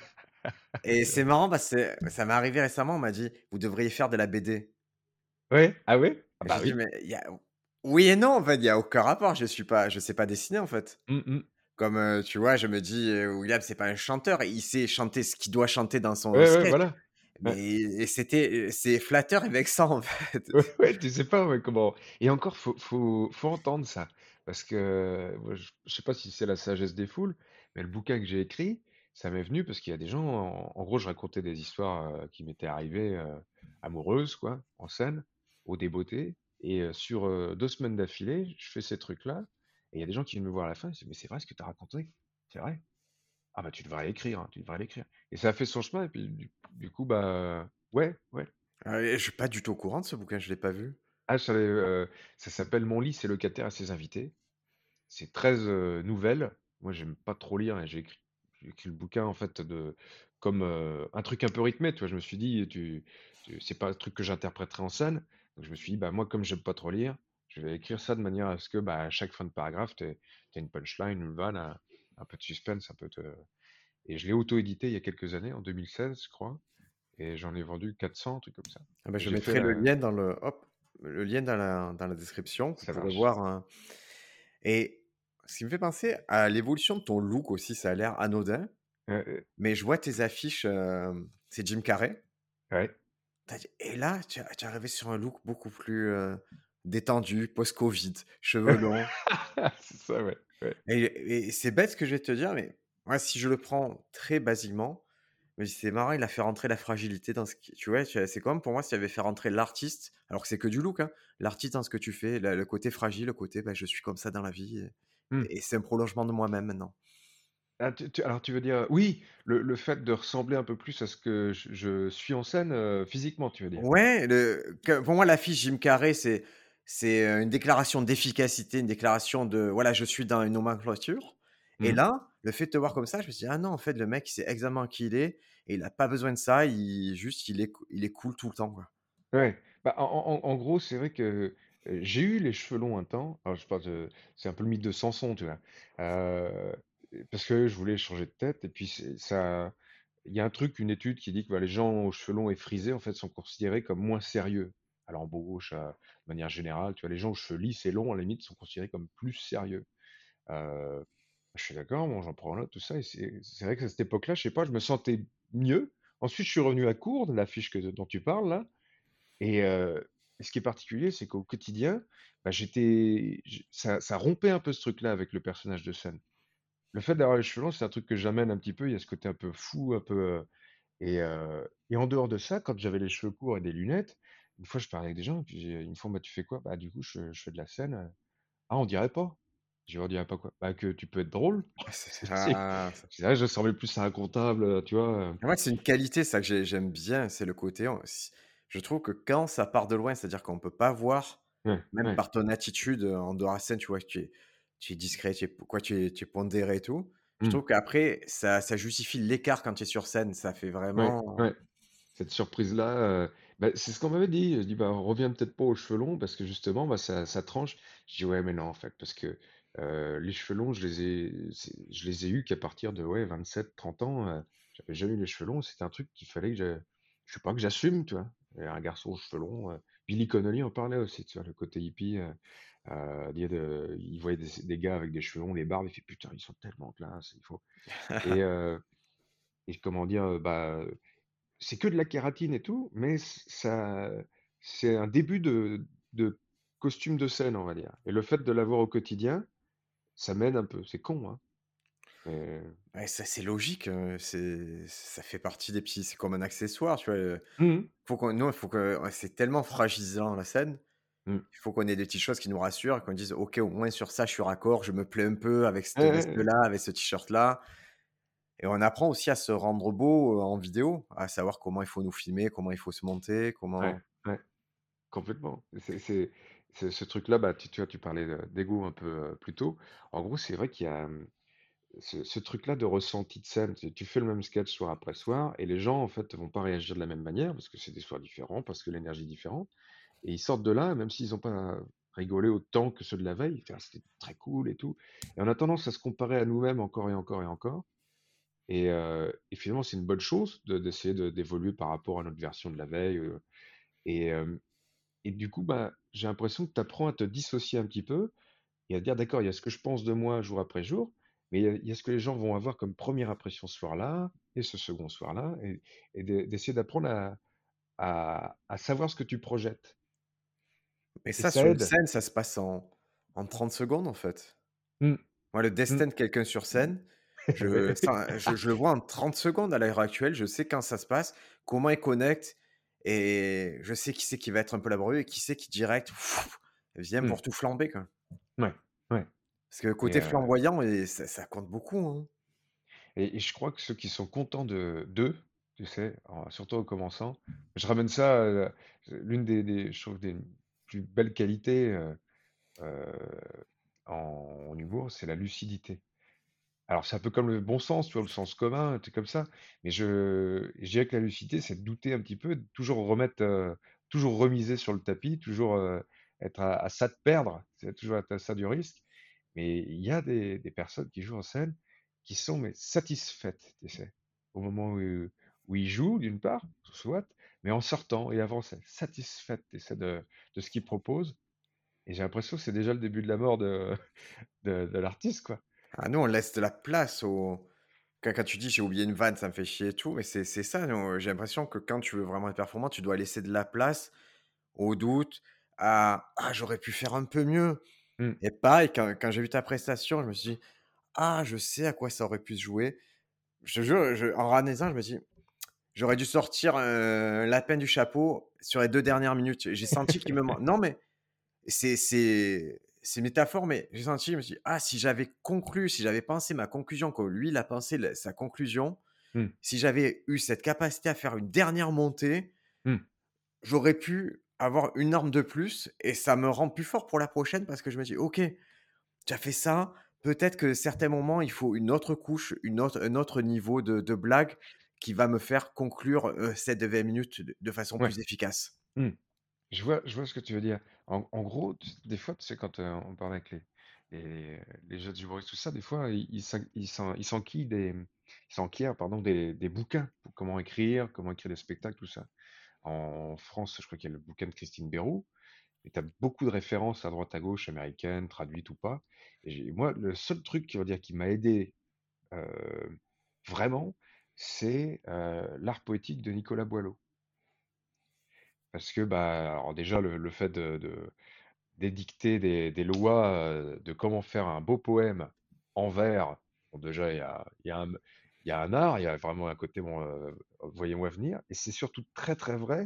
et c'est marrant parce que ça m'est arrivé récemment, on m'a dit: «Vous devriez faire de la B D».
ouais, ah ouais? Ah
J'ai
bah
dit:
oui.
«Mais il y a» oui et non, en fait, il y a aucun rapport, je suis pas je sais pas dessiner, en fait.
Mmh mh.
Comme, heu, tu vois, je me dis, heu: «William, c'est pas un chanteur, il sait chanter ce qu'il doit chanter dans son
Ouais, ouais,
sketch».
voilà. Ouais.
Mais et c'était, c'est flatteur et vexant, en fait.
Ouais, ouais, tu sais pas, ouais, comment et encore faut faut faut entendre ça parce que moi je je sais pas si c'est la sagesse des foules, mais le bouquin que j'ai écrit, ça m'est venu parce qu'il y a des gens en en gros, je racontais des histoires, heu, qui m'étaient arrivées, heu, amoureuses quoi, en scène, au débeauté et heu, sur, heu, deux semaines d'affilée, je fais ces trucs-là et il y a des gens qui viennent me voir à la fin, ils disent: «Mais c'est vrai ce que tu as raconté? C'est vrai? Ah bah tu devrais l'écrire, hein, tu devrais l'écrire» et ça a fait son chemin et puis du du coup, bah, ouais, ouais.
Ah et je suis pas du tout au courant de ce bouquin, je l'ai pas vu.
Ah, ça, heu, ça s'appelle «Mon lit, c'est locataire à ses invités». C'est très, heu, nouvelle. Moi, j'aime pas trop lire et j'ai écrit j'ai écrit le bouquin, en fait, de comme, heu, un truc un peu rythmé, tu vois? Je me suis dit: «Tu tu c'est pas un truc que j'interpréterai en scène». Donc je me suis dit: «Bah, moi, comme j'aime pas trop lire, je vais écrire ça de manière à ce que, bah, à chaque fin de paragraphe, tu aies une punchline, une vanne, un un peu de suspense, un peu de» et je l'ai auto-édité il y a quelques années, en deux mille seize, je crois et j'en ai vendu quatre cents, un truc comme ça
Ah bah,
et
je
j'ai fait
mettrai le
la
lien dans le hop, le lien dans la dans la description, vous
ça
pourrez
marche.
voir, hein et ce qui me fait penser à l'évolution de ton look aussi, ça a l'air anodin,
Heu, heu,
mais je vois tes affiches, hem, c'est Jim Carrey.
ouais.
Tu dit et là, tu es tu es arrivé sur un look beaucoup plus, heu, détendu, post-covid, cheveux longs
C'est ça, ouais, ouais.
et et c'est bête ce que je vais te dire, mais moi, si je le prends très basiquement, mais c'est marrant, il a fait rentrer la fragilité dans ce qui tu vois? Tu c'est comme pour moi s'il avait fait rentrer l'artiste, alors que c'est que du look, hein, l'artiste dans ce que tu fais, la le côté fragile, le côté, bah, je suis comme ça dans la vie et
Mmh.
et c'est un prolongement de moi-même maintenant.
Ah, tu tu alors tu veux dire, oui, le le fait de ressembler un peu plus à ce que je je suis en scène, heu, physiquement, tu veux dire?
Ouais, le que pour moi, l'affiche Jim Carrey, c'est c'est, heu, une déclaration d'efficacité, une déclaration de voilà, je suis dans une nomenclature et
Mmh.
là, le fait de te voir comme ça, je me suis dit: «Ah non, en fait, le mec, il sait exactement qui il est et il a pas besoin de ça, il juste, il est coo il est cool tout le temps, quoi».
Ouais, bah, en en en en gros, c'est vrai que, heu, j'ai eu les cheveux longs un temps. Alors je parle de c'est un peu le mythe de Samson, tu vois? Heu, parce que je voulais changer de tête et puis c'est ça il y a un truc, une étude qui dit que, bah, les gens aux cheveux longs et frisés, en fait, sont considérés comme moins sérieux à l'embauche, à de manière générale, tu vois? Les gens aux cheveux lisses et longs, à la limite, sont considérés comme plus sérieux. Heu, je suis d'accord, bon, j'en prends note, tout ça et c'est c'est vrai qu'à cette époque-là, je sais pas, je me sentais mieux. Ensuite, je suis revenu à court de l'affiche que dont tu parles là et heu, ce qui est particulier, c'est qu'au quotidien, bah, j'étais j ça ça rompait un peu ce truc-là avec le personnage de scène. Le fait d'avoir les cheveux longs, c'est un truc que j'amène un petit peu, il y a ce côté un peu fou, un peu, heu et heu et en dehors de ça, quand j'avais les cheveux courts et des lunettes, une fois je parlais avec des gens et puis j'ai ils me font: «Bah, tu fais quoi?» «Bah, du coup, je je fais de la scène, heu». «Ah, on dirait pas». Je leur «On dirait pas quoi?» «Bah, que tu peux être drôle».
Ah c'est
C'est c'est
ah, ça
c'est vrai, je ressemblais plus à un comptable, heu, tu vois, heu?
en fait, c'est une qualité ça que j'ai j'aime bien, c'est le côté on s je trouve que quand ça part de loin, c'est-à-dire qu'on peut pas voir,
Ouais,
même
ouais.
par ton attitude, heu, en dehors de la scène, tu vois, que tu es tu es discret, tu es p quoi, tu es tu es pondéré et tout. Je
Mmh.
trouve qu'après ça ça justifie l'écart quand tu es sur scène, ça fait
Ouais,
vraiment
ouais. Cette surprise-là, heu, bah, c'est ce qu'on m'avait dit. Je dis: «Bah, reviens peut-être pas aux cheveux longs parce que justement, bah, ça ça tranche». Je dis: «Ouais, mais non, en fait, parce que, heu, les cheveux longs, je les ai c'est je les ai eus qu'à partir de, ouais, vingt-sept trente ans, heu, j'avais jamais eu les cheveux longs. C'était un truc qu'il fallait que je je sais pas, que j'assume», tu vois? Et un garçon aux cheveux longs, heu, Billy Connolly en parlait aussi, tu vois? Le côté hippie, heu heu, dire de il voyait des des gars avec des cheveux longs, les barbes, il fait: «Putain, ils sont tellement classe, il faut» et heu et comment dire? Heu, bah, c'est que de la kératine et tout, mais ç ça c'est un début de de costume de scène, on va dire et le fait de l'avoir au quotidien, ça m'aide un peu. C'est con, hein, mais
ouais, ça c'est logique, heu, c'est ça fait partie des petits c'est comme un accessoire, tu vois? Heu,
mmh mh.
faut qu'on nous, il faut que ouais, c'est tellement fragilisant la scène,
Mmh.
il faut qu'on ait des petites choses qui nous rassurent et qu'on dise: «OK, au moins sur ça, je suis raccord, je me plais un peu avec cette
Ouais, ouais, ouais.
veste-là, avec ce t-shirt-là». Et on apprend aussi à se rendre beau, heu, en vidéo, à savoir comment il faut nous filmer, comment il faut se monter,
Ouais,
comment
ouais, complètement. C'est c'est c'est ce truc-là, bah, tu tu vois, tu parlais, heu, d'ego un peu, heu, plus tôt. En gros, c'est vrai qu'il y a, mmh, ce ce truc-là de ressenti de scène. Tu tu fais le même sketch soir après soir et les gens, en fait, vont pas réagir de la même manière parce que c'est des soirs différents, parce que l'énergie est différente. Et ils sortent de là, même s'ils ont pas rigolé autant que ceux de la veille, ils «Ah, c'était très cool et tout» et on a tendance à se comparer à nous-mêmes encore et encore et encore et heu et finalement, c'est une bonne chose de d'essayer de d'évoluer par rapport à notre version de la veille, heu et hem et du coup, bah, j'ai l'impression que tu apprends à te dissocier un petit peu et à dire: «D'accord, il y a ce que je pense de moi jour après jour, mais il y a il y a ce que les gens vont avoir comme première impression ce soir-là et ce second soir-là» et et d'e d'essayer d'apprendre à à à savoir ce que tu projettes
mais
et
ça
ça
sur une
aide.
scène, ça se passe en en trente secondes, en fait.
Mmh,
Moi, le
mmh.
destin de quelqu'un sur scène, je
Ouais.
ça je je le vois en trente secondes à l'heure actuelle, je sais quand ça se passe, comment il connecte et je sais qui c'est qui va être un peu laborieux et qui c'est qui direct pfff, vient
Mmh.
pour tout flamber, quoi.
Ouais, ouais
Parce que le
et
côté
heu
flamboyant et ça ça compte beaucoup, hein.
et et je crois que ceux qui sont contents de d'eux, tu sais, en surtout en commençant, je ramène ça, heu, l'une des des je trouve des plus belles qualités, heu heu, en en humour, c'est la lucidité. Alors c'est un peu comme le bon sens, tu vois? Le sens commun, un truc comme ça, mais je je dirais que la lucidité, c'est de douter un petit peu, de toujours remettre, heu, toujours remiser sur le tapis, toujours, heu, être à à ça de perdre, c'est toujours être à ça du risque. Mais il y a des des personnes qui jouent en scène, qui sont mais satisfaites, tu sais? Au moment où où ils jouent d'une part, soit, mais en sortant et avant, c'est satisfaites, tu sais, de de ce qu'ils proposent et j'ai l'impression que c'est déjà le début de la mort de de de l'artiste, quoi.
Ah nous, on laisse de la place au Quand quand tu dis: «J'ai oublié une vanne, ça me fait chier et tout», mais c'est c'est ça, non, j'ai l'impression que quand tu veux vraiment être performant, tu dois laisser de la place au doute, à: «Ah, j'aurais pu faire un peu mieux»
Mmh.
et pareil, quand quand j'ai vu ta prestation, je me suis dit: «Ah, je sais à quoi ça aurait pu se jouer». Je te jure, je en réalisant, je me dis: «J'aurais dû sortir, heu, lapin du chapeau sur les deux dernières minutes». J'ai senti qu'il me man non, mais c'est c'est c'est métaphore, mais j'ai senti, je me suis dit: «Ah, si j'avais conclu, si j'avais pensé ma conclusion comme lui, il a pensé le sa conclusion,
Mmh.
si j'avais eu cette capacité à faire une dernière montée,
Mmh.
j'aurais pu avoir une arme de plus» et ça me rend plus fort pour la prochaine parce que je me dis: «OK, tu as fait ça, peut-être que certains moments, il faut une autre couche, une autre un autre niveau de de blague qui va me faire conclure, heu, cette vingt minutes de de façon
Ouais.
plus efficace».
Mmh. Je vois je vois ce que tu veux dire. En en gros, tu des fois, tu sais, quand, heu, on parle avec les les les jeunes humoristes, tout ça, des fois, ils ils s'en ils s'en ils s'enquillent des, mmh, ils s'enquièrent, pardon, des des bouquins pour comment écrire, comment écrire des spectacles, tout ça. En France, je crois qu'il y a le bouquin de Christine Bérou et tu as beaucoup de références à droite à gauche, américaines, traduites ou pas et j'ai moi, le seul truc qui va dire qui m'a aidé, heu, vraiment, c'est, heu, L'art poétique de Nicolas Boileau. Parce que, bah, alors déjà le le fait de de d'édicter des des lois, heu, de comment faire un beau poème en vers, bon déjà il y a il y a un il y a un art, il y a vraiment un côté bon, heu, voyez-moi venir et c'est surtout très, très vrai,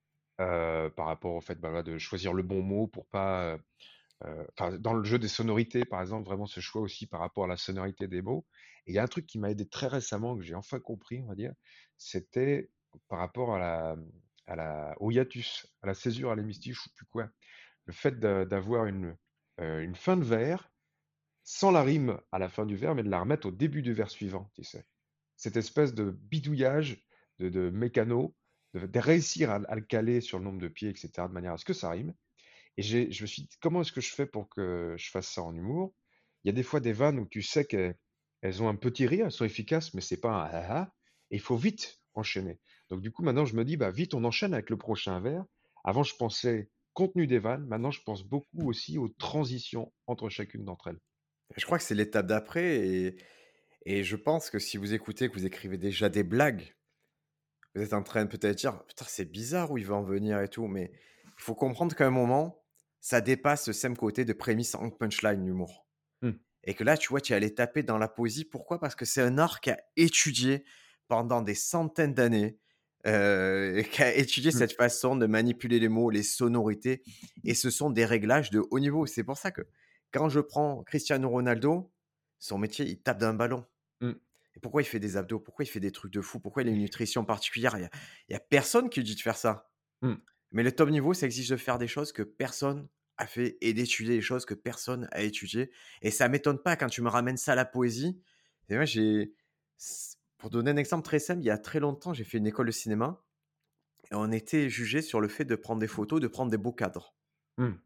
heu, par rapport au fait, bah, voilà, de choisir le bon mot pour pas, heu heu, enfin dans le jeu des sonorités par exemple, vraiment ce choix aussi par rapport à la sonorité des mots et il y a un truc qui m'a aidé très récemment, que j'ai enfin compris, on va dire, c'était par rapport à la, mmh, à la au hiatus, à la césure, à l'hémistiche, je sais plus quoi. Le fait de d'avoir une, heu, une fin de vers, sans la rime à la fin du vers, mais de la remettre au début du vers suivant, tu sais? Cette espèce de bidouillage, de de mécano, de de réussir à à le caler sur le nombre de pieds et cetera, de manière à ce que ça rime et j'ai je me suis dit: «Comment est-ce que je fais pour que je fasse ça en humour?» Il y a des fois des vannes où tu sais qu'elles elles ont un petit rire, elles sont efficaces, mais c'est pas un «ah ah» et il faut vite enchaîner. Donc du coup, maintenant, je me dis: «Bah, vite, on enchaîne avec le prochain vers». Avant, je pensais contenu des vannes, maintenant je pense beaucoup aussi aux transitions entre chacune d'entre elles.
Je crois que c'est l'étape d'après et et je pense que si vous écoutez, que vous écrivez déjà des blagues, vous êtes en train de peut-être dire: «Putain, c'est bizarre où il veut en venir et tout», mais il faut comprendre qu'à un moment, ça dépasse ce simple côté de prémisse en punchline, l'humour
Mmh,
et que là, tu vois, tu es allé taper dans la poésie. Pourquoi? Parce que c'est un art qui a étudié pendant des centaines d'années, heu, et qui a étudié
mmh,
cette façon de manipuler les mots, les sonorités et ce sont des réglages de haut niveau. C'est pour ça que quand je prends Cristiano Ronaldo, son métier, il tape d'un ballon.
mmh,
Et pourquoi il fait des abdos? Pourquoi il fait des trucs de fou? Pourquoi il a une nutrition particulière? Il y a il y a personne qui lui dit de faire ça.
mmh.
Mais le top niveau, ça exige de faire des choses que personne a fait et d'étudier des choses que personne a étudiées et ça m'étonne pas quand tu me ramènes ça à la poésie. Et moi, j'ai s pour donner un exemple très simple, il y a très longtemps, j'ai fait une école de cinéma et on était jugés sur le fait de prendre des photos, de prendre des beaux cadres
Mmh.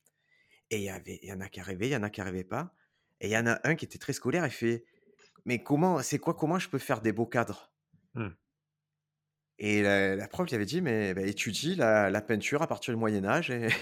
et il y avait il y en a qui arrivaient, il y en a qui arrivaient pas et il y en a un qui était très scolaire, il fait: «Mais comment c'est quoi comment je peux faire des beaux cadres?»
Mmh.
Et la la prof lui avait dit: «Mais bah, étudie la la peinture à partir du Moyen Âge et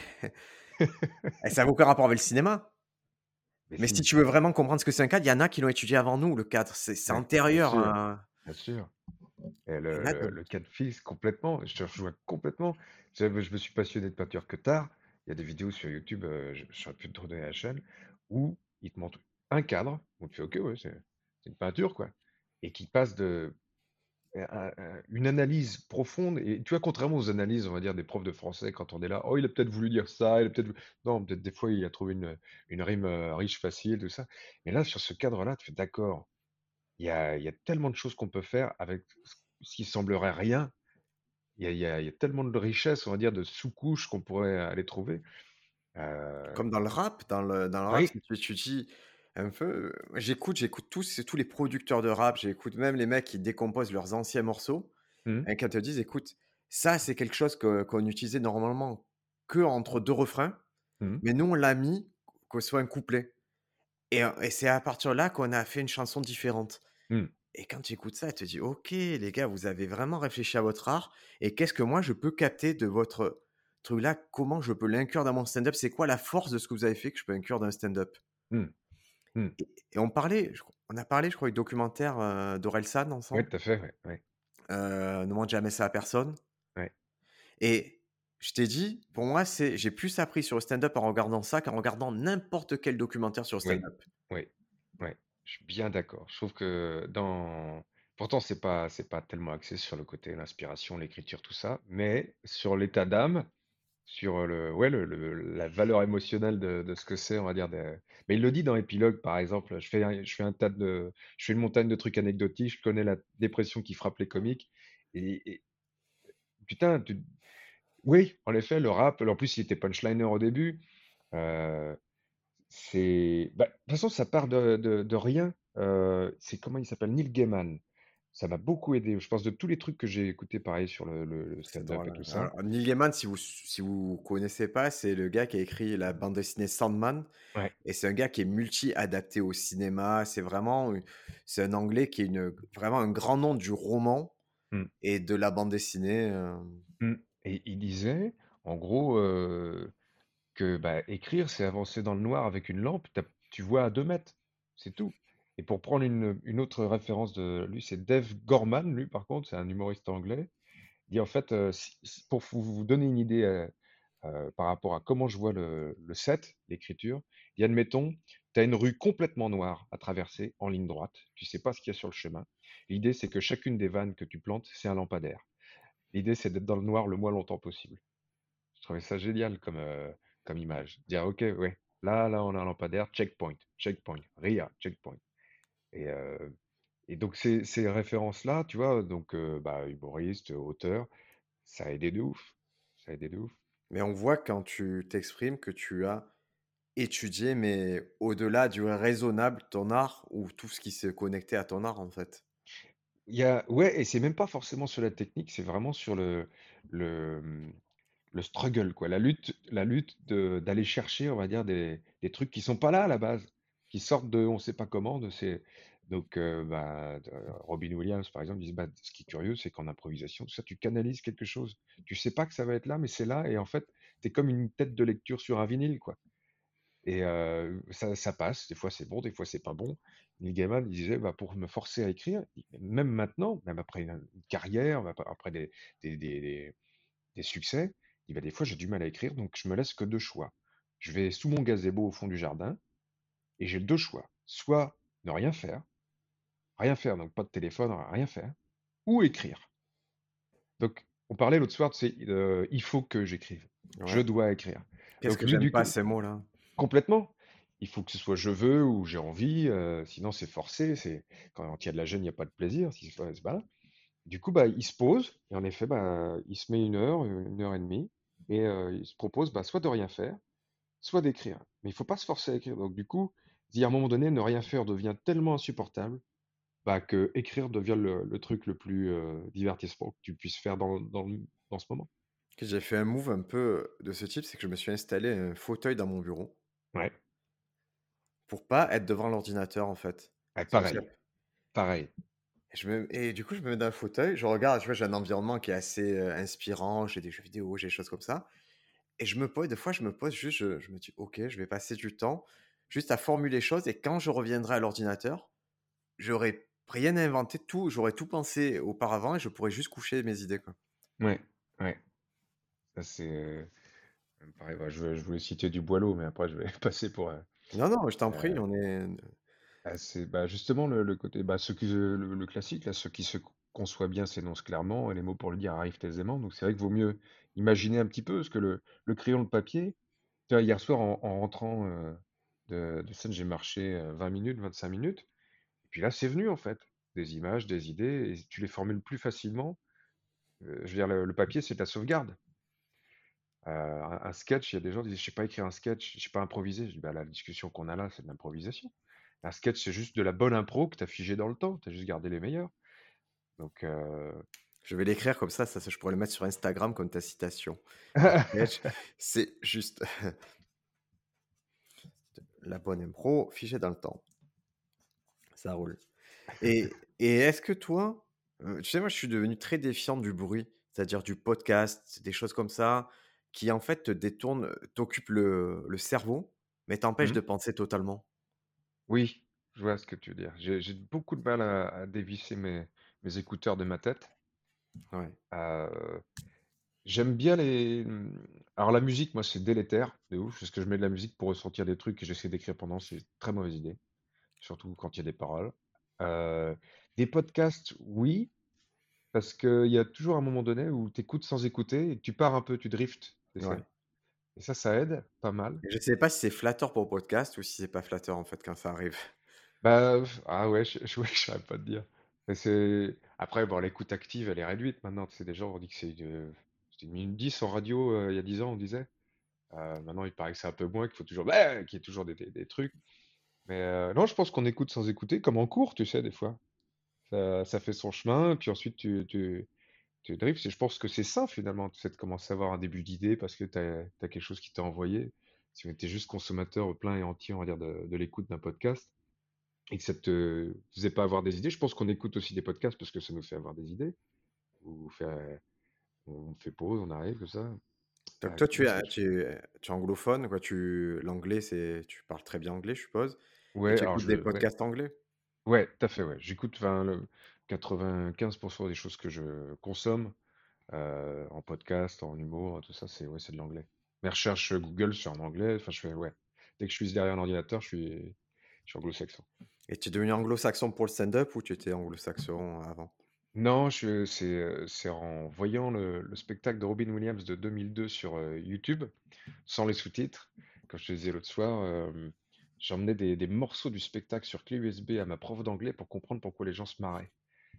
et ça n'a aucun rapport avec le cinéma.
Mais
Mais si
si,
tu veux vraiment comprendre ce que c'est un cadre, il y en a qui l'ont étudié avant nous, le cadre, c'est c'est
ouais, bien
antérieur,
sûr,
à
bien sûr et
et
le
là
le
de
le cas de fixe complètement, je te rejoins complètement. Tu sais, je me suis passionné de peinture que tard. Il y a des vidéos sur YouTube, heu, je je saurais plus te redonner la chaîne, où ils te montrent un cadre, où tu fais: «OK, ouais, c'est c'est une peinture, quoi» et qui passe de Heu, un un une analyse profonde et tu vois, contrairement aux analyses, on va dire, des profs de français quand on est là: «Oh, il a peut-être voulu dire ça, il a peut-être vou» non, peut-être des fois, il a trouvé une, une rime, heu, riche, facile, tout ça. Mais là, sur ce cadre-là, tu fais: «D'accord, il y a il y a tellement de choses qu'on peut faire avec ce ce qui semblerait rien. Il y a il y a il y a tellement de richesse, on va dire, de sous-couches qu'on pourrait aller trouver». Heu,
comme dans le rap, dans le dans le rap,
oui.
si tu étudies un peu, heu, j'écoute j'écoute tous tous les producteurs de rap, j'écoute même les mecs qui décomposent leurs anciens morceaux
Mmh.
et qui te disent: «Écoute, ça, c'est quelque chose que qu'on utilisait normalement que entre deux refrains,
Mmh.
mais nous, on l'a mis que ce soit un couplet». Et heu et c'est à partir de là qu'on a fait une chanson différente
Mmh.
et quand tu écoutes ça, tu te dis: «OK, les gars, vous avez vraiment réfléchi à votre art et qu'est-ce que moi je peux capter de votre truc-là? Comment je peux l'inclure dans mon stand-up? C'est quoi la force de ce que vous avez fait que je peux inclure dans un stand-up?»
Mmh. Mmh.
Et et on parlait, je crois on a parlé, je crois, du documentaire, heu, d'Orelsan
Ouais,
ensemble,
tout à fait, ouais, ouais,
heu, Ne montre jamais ça à personne
ouais.
et je t'ai dit, pour moi, c'est j'ai plus appris sur le stand-up en regardant ça qu'en regardant n'importe quel documentaire sur le
Oui,
stand-up.
oui, ouais, je suis bien d'accord. Je trouve que dans pourtant c'est pas c'est pas tellement axé sur le côté l'inspiration, l'écriture, tout ça, mais sur l'état d'âme, sur le ouais le, le- la valeur émotionnelle de, de ce que c'est, on va dire. Des... Mais il le dit dans Épilogue, par exemple. Je fais un, je fais un tas de je fais une montagne de trucs anecdotiques. Je connais la dépression qui frappe les comiques. Et, et putain, tu- oui, en effet, le rap. En plus, il était punchliner au début. Euh, c'est, bah, de toute façon, ça part de, de, de rien. Euh, c'est comment il s'appelle? Neil Gaiman. Ça m'a beaucoup aidé. Je pense de tous les trucs que j'ai écoutés, pareil, sur le, le- le
C'est
stand-up
drôle,
et
hein.
tout ça.
Alors, Neil Gaiman, si vous si vous connaissez pas, c'est le gars qui a écrit la bande dessinée Sandman
Ouais.
et c'est un gars qui est multi-adapté au cinéma. C'est vraiment, u c'est un Anglais qui est une vraiment un grand nom du roman
Mm,
et de la bande dessinée, hem,
mm. Et il disait, en gros, euh, que bah, écrire, c'est avancer dans le noir avec une lampe. T'as- tu vois à deux mètres. C'est tout. Et pour prendre une, une autre référence de lui, c'est Dave Gorman, lui, par contre, c'est un humoriste anglais. Il dit en fait, euh, si- si- pour vous vous donner une idée euh, euh, par rapport à comment je vois le, le set, l'écriture, il y a, admettons, tu as une rue complètement noire à traverser en ligne droite, tu sais pas ce qu'il y a sur le chemin. L'idée, c'est que chacune des vannes que tu plantes, c'est un lampadaire. L'idée, c'est d'être dans le noir le moins longtemps possible. Je trouvais ça génial comme, euh, comme image. Dire, ok, ouais, là, là, on a un lampadaire, checkpoint, checkpoint, Ria, checkpoint. Et, euh, et donc, ces, ces références-là, tu vois, donc, euh, bah, humoriste, auteur, ça a aidé de ouf. Ça a aidé de ouf.
mais on voit quand tu t'exprimes que tu as étudié, mais au-delà du raisonnable, ton art ou tout ce qui s'est connecté à ton art, en fait.
Il y a, ouais, et c'est même pas forcément sur la technique, c'est vraiment sur le, le, hum, le struggle, quoi, la lutte, la lutte de, d'aller chercher, on va dire, des, des trucs qui sont pas là à la base, qui sortent de on sait pas comment, de ces, donc, euh, bah, de- Robin Williams, par exemple, disait, bah, ce qui est curieux, c'est qu'en improvisation, tout ça, tu canalises quelque chose. Tu sais pas que ça va être là, mais c'est là, et en fait, t'es comme une tête de lecture sur un vinyle, quoi. Et euh, ça, ça passe, des fois c'est bon, des fois c'est pas bon. Neil Gaiman il disait, bah, pour me forcer à écrire, il- même maintenant, même après une, une carrière, après après des, des, des, des- des succès, il dit, bah, des fois j'ai du mal à écrire, donc je me laisse que deux choix. Je vais sous mon gazebo au fond du jardin, et j'ai deux choix. Soit ne rien faire, rien faire, donc pas de téléphone, rien faire, ou écrire. Donc on parlait l'autre soir, c'est il faut que j'écrive. Je
Ouais.
dois écrire.
Qu'est-ce
Donc
que
lui,
j'aime
du
pas
coup,
ces mots-là.
complètement. Il faut que ce soit je veux ou j'ai envie, euh, sinon c'est forcé. C'est quand il y a de la gêne, il n'y a pas de plaisir. Si c'est pas, c'est pas là. Du coup, bah, il se pose et en effet, bah, il se met une heure, une heure et demie, et euh, il se propose bah, soit de rien faire, soit d'écrire. Mais il faut pas se forcer à écrire. Donc du coup, il dit, à un moment donné, ne rien faire devient tellement insupportable bah, que écrire devient le, le truc le plus euh, divertissement que tu puisses faire dans, dans, le- dans ce moment.
Que j'ai fait un move un peu de ce type, c'est que je me suis installé un fauteuil dans mon bureau
Ouais.
pour pas être devant l'ordinateur, en fait.
Ouais,
C'est aussi
pareil, pareil.
et je me et du coup, je me mets dans le fauteuil, je regarde, tu vois, j'ai un environnement qui est assez, heu, inspirant, j'ai des jeux vidéo, j'ai des choses comme ça et je me pose des fois, je me pose juste, je je me dis: «OK, je vais passer du temps juste à formuler les choses et quand je reviendrai à l'ordinateur, j'aurai rien inventé, tout j'aurais tout pensé auparavant et je pourrais juste coucher mes idées, quoi».
Ouais, ouais. Ça c'est euh, pareil. Bah, je, je voulais citer du Boileau, mais après je vais passer pour. euh,
Non, non, je t'en
euh,
prie, on est
ah, c'est bah, justement le, le côté, bah, ce qui, le, le classique, là, ce qui se conçoit bien s'énonce clairement, et les mots pour le dire arrivent aisément. Donc c'est vrai qu'il vaut mieux imaginer un petit peu, parce que le, le crayon, le papier. Tu vois, hier soir, en, en rentrant euh, de, de scène, j'ai marché euh, vingt minutes, vingt-cinq minutes, et puis là, c'est venu en fait. Des images, des idées, et tu les formules plus facilement. Euh, je veux dire, le, le papier, c'est de la sauvegarde. Euh, un, un sketch, il y a des gens qui disent, je sais pas écrire un sketch, je sais pas improviser. Je dis, bah, la discussion qu'on a là, c'est de l'improvisation. Un sketch, c'est juste de la bonne impro que tu as figé dans le temps, tu as juste gardé les meilleurs. Donc, euh...
je vais l'écrire comme ça, ça ça je pourrais le mettre sur Instagram comme ta citation. Un sketch, c'est juste la bonne impro figée dans le temps. Ça roule. Et et est-ce que toi, heu, tu sais, moi, je suis devenu très défiant du bruit, c'est-à-dire du podcast, des choses comme ça, qui en fait te détournent, heu, t'occupent le le cerveau, mais t'empêchent
hmm.
de penser totalement.
Oui, je vois ce que tu veux dire. J'ai j'ai beaucoup de mal à, à dévisser mes, mes écouteurs de ma tête.
Ouais,
Euh, J'aime bien les. Alors la musique, moi, c'est délétère, de ouf, parce que je mets de la musique pour ressentir des trucs que j'essaie d'écrire pendant, c'est une très mauvaise idée, surtout quand il y a des paroles. Euh, des podcasts, oui, parce qu'il y a toujours un moment donné où tu écoutes sans écouter et que tu pars un peu, tu drifts, tu
ouais.
sais. Et ça, ça aide pas mal.
Et je sais pas si c'est flatteur pour le podcast ou si c'est pas flatteur, en fait, quand ça arrive.
Bah, pff, ah ouais, je, je, ouais, je saurais pas te dire. Mais c'est... Après, bon, l'écoute active, elle est réduite maintenant. Tu sais, déjà, on dit que c'est une... c'était une minute dix en radio euh, il y a dix ans, on disait. Euh, maintenant, il paraît que c'est un peu moins, qu'il faut toujours, bah, qu'il y ait toujours des, des- des trucs. Mais euh, non, je pense qu'on écoute sans écouter, comme en cours, tu sais, des fois. Ça, ça fait son chemin, puis ensuite tu, tu, tu drifts. Et je pense que c'est ça, finalement, tu sais, de commencer à avoir un début d'idée parce que tu as, quelque chose qui t'a envoyé. Si on était juste consommateur plein et entier, on va dire, de, de l'écoute d'un podcast, et que ça te faisait pas avoir des idées, je pense qu'on écoute aussi des podcasts parce que ça nous fait avoir des idées. Ou fait, on fait pause, on arrive, comme ça.
Donc
Ah,
toi, tu
moi,
es,
c'est...
tu es, tu es anglophone, quoi. Tu, l'anglais, c'est, tu parles très bien anglais, je suppose. Et
Ouais,
tu
alors
écoutes des
je... Ouais.
podcasts anglais?
Ouais, tout à fait, ouais. J'écoute enfin, le quatre-vingt-quinze pour cent des choses que je consomme euh, en podcast, en humour, tout ça, c'est ouais, c'est de l'anglais. Mes recherches Google, c'est en anglais. Enfin, je fais, ouais. Dès que je suis derrière l'ordinateur, je suis, je suis anglo-saxon.
Et tu es devenu anglo-saxon pour le stand-up ou tu étais anglo-saxon avant?
Non, je, c'est, euh, c'est en voyant le, le spectacle de Robin Williams de deux mille deux sur euh, YouTube, sans les sous-titres, comme je te disais l'autre soir, euh, j'emmenais des, des morceaux du spectacle sur clé U S B à ma prof d'anglais pour comprendre pourquoi les gens se marraient.